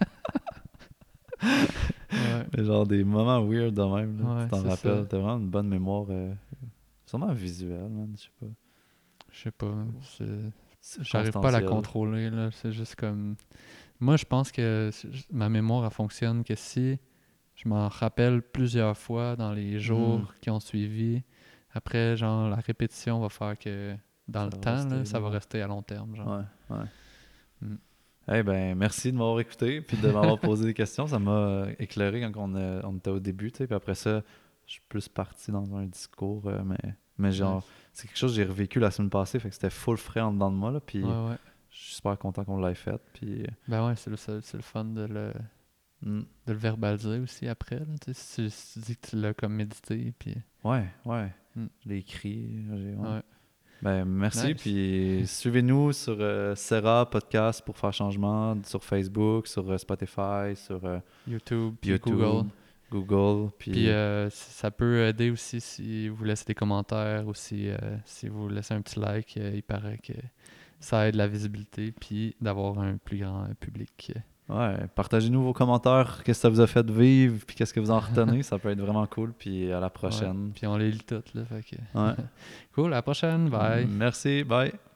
ouais, Mais genre des moments weird de même, là. Tu ouais, t'en c'est ça. rappelles. T'as vraiment une bonne mémoire, sûrement visuelle, man, je sais pas. Je sais pas, j'arrive pas à la Circonstancielle. contrôler, là. C'est juste comme... Moi, je pense que ma mémoire, elle fonctionne que si je m'en rappelle plusieurs fois dans les Hmm. jours qui ont suivi, après, genre, la répétition va faire que dans Ça le va temps, là, rester ça va là. rester à long terme, genre. Ouais, ouais. Mm. Eh ben, merci de m'avoir écouté puis de m'avoir posé des questions. Ça m'a éclairé quand on était au début, tu sais. Puis après ça, je suis plus parti dans un discours, mais genre, Nice. c'est quelque chose que j'ai revécu la semaine passée, fait que c'était full frais en dedans de moi, là. Puis Ouais, ouais. je suis super content qu'on l'ait fait. Puis, Ben ouais, c'est le fun hmm. de le verbaliser aussi après, là, tu sais, si tu dis que tu l'as comme médité, puis... Ouais, ouais. Mm. Je l'ai écrit. Ouais. Ouais. Ben, merci. Nice. Puis suivez-nous sur Serra Podcast pour faire changement, sur Facebook, sur Spotify, sur YouTube, puis YouTube, Google. Google. Puis Puis ça peut aider aussi si vous laissez des commentaires ou si vous laissez un petit like. Il paraît que ça aide la visibilité puis d'avoir un plus grand public. ouais, partagez-nous vos commentaires, qu'est-ce que ça vous a fait vivre, puis qu'est-ce que vous en retenez. Ça peut être vraiment cool. Puis à la Ouais. prochaine. Puis on les lit toutes, là. Fait que... Ouais. Cool, à la prochaine. Bye. Merci. Bye.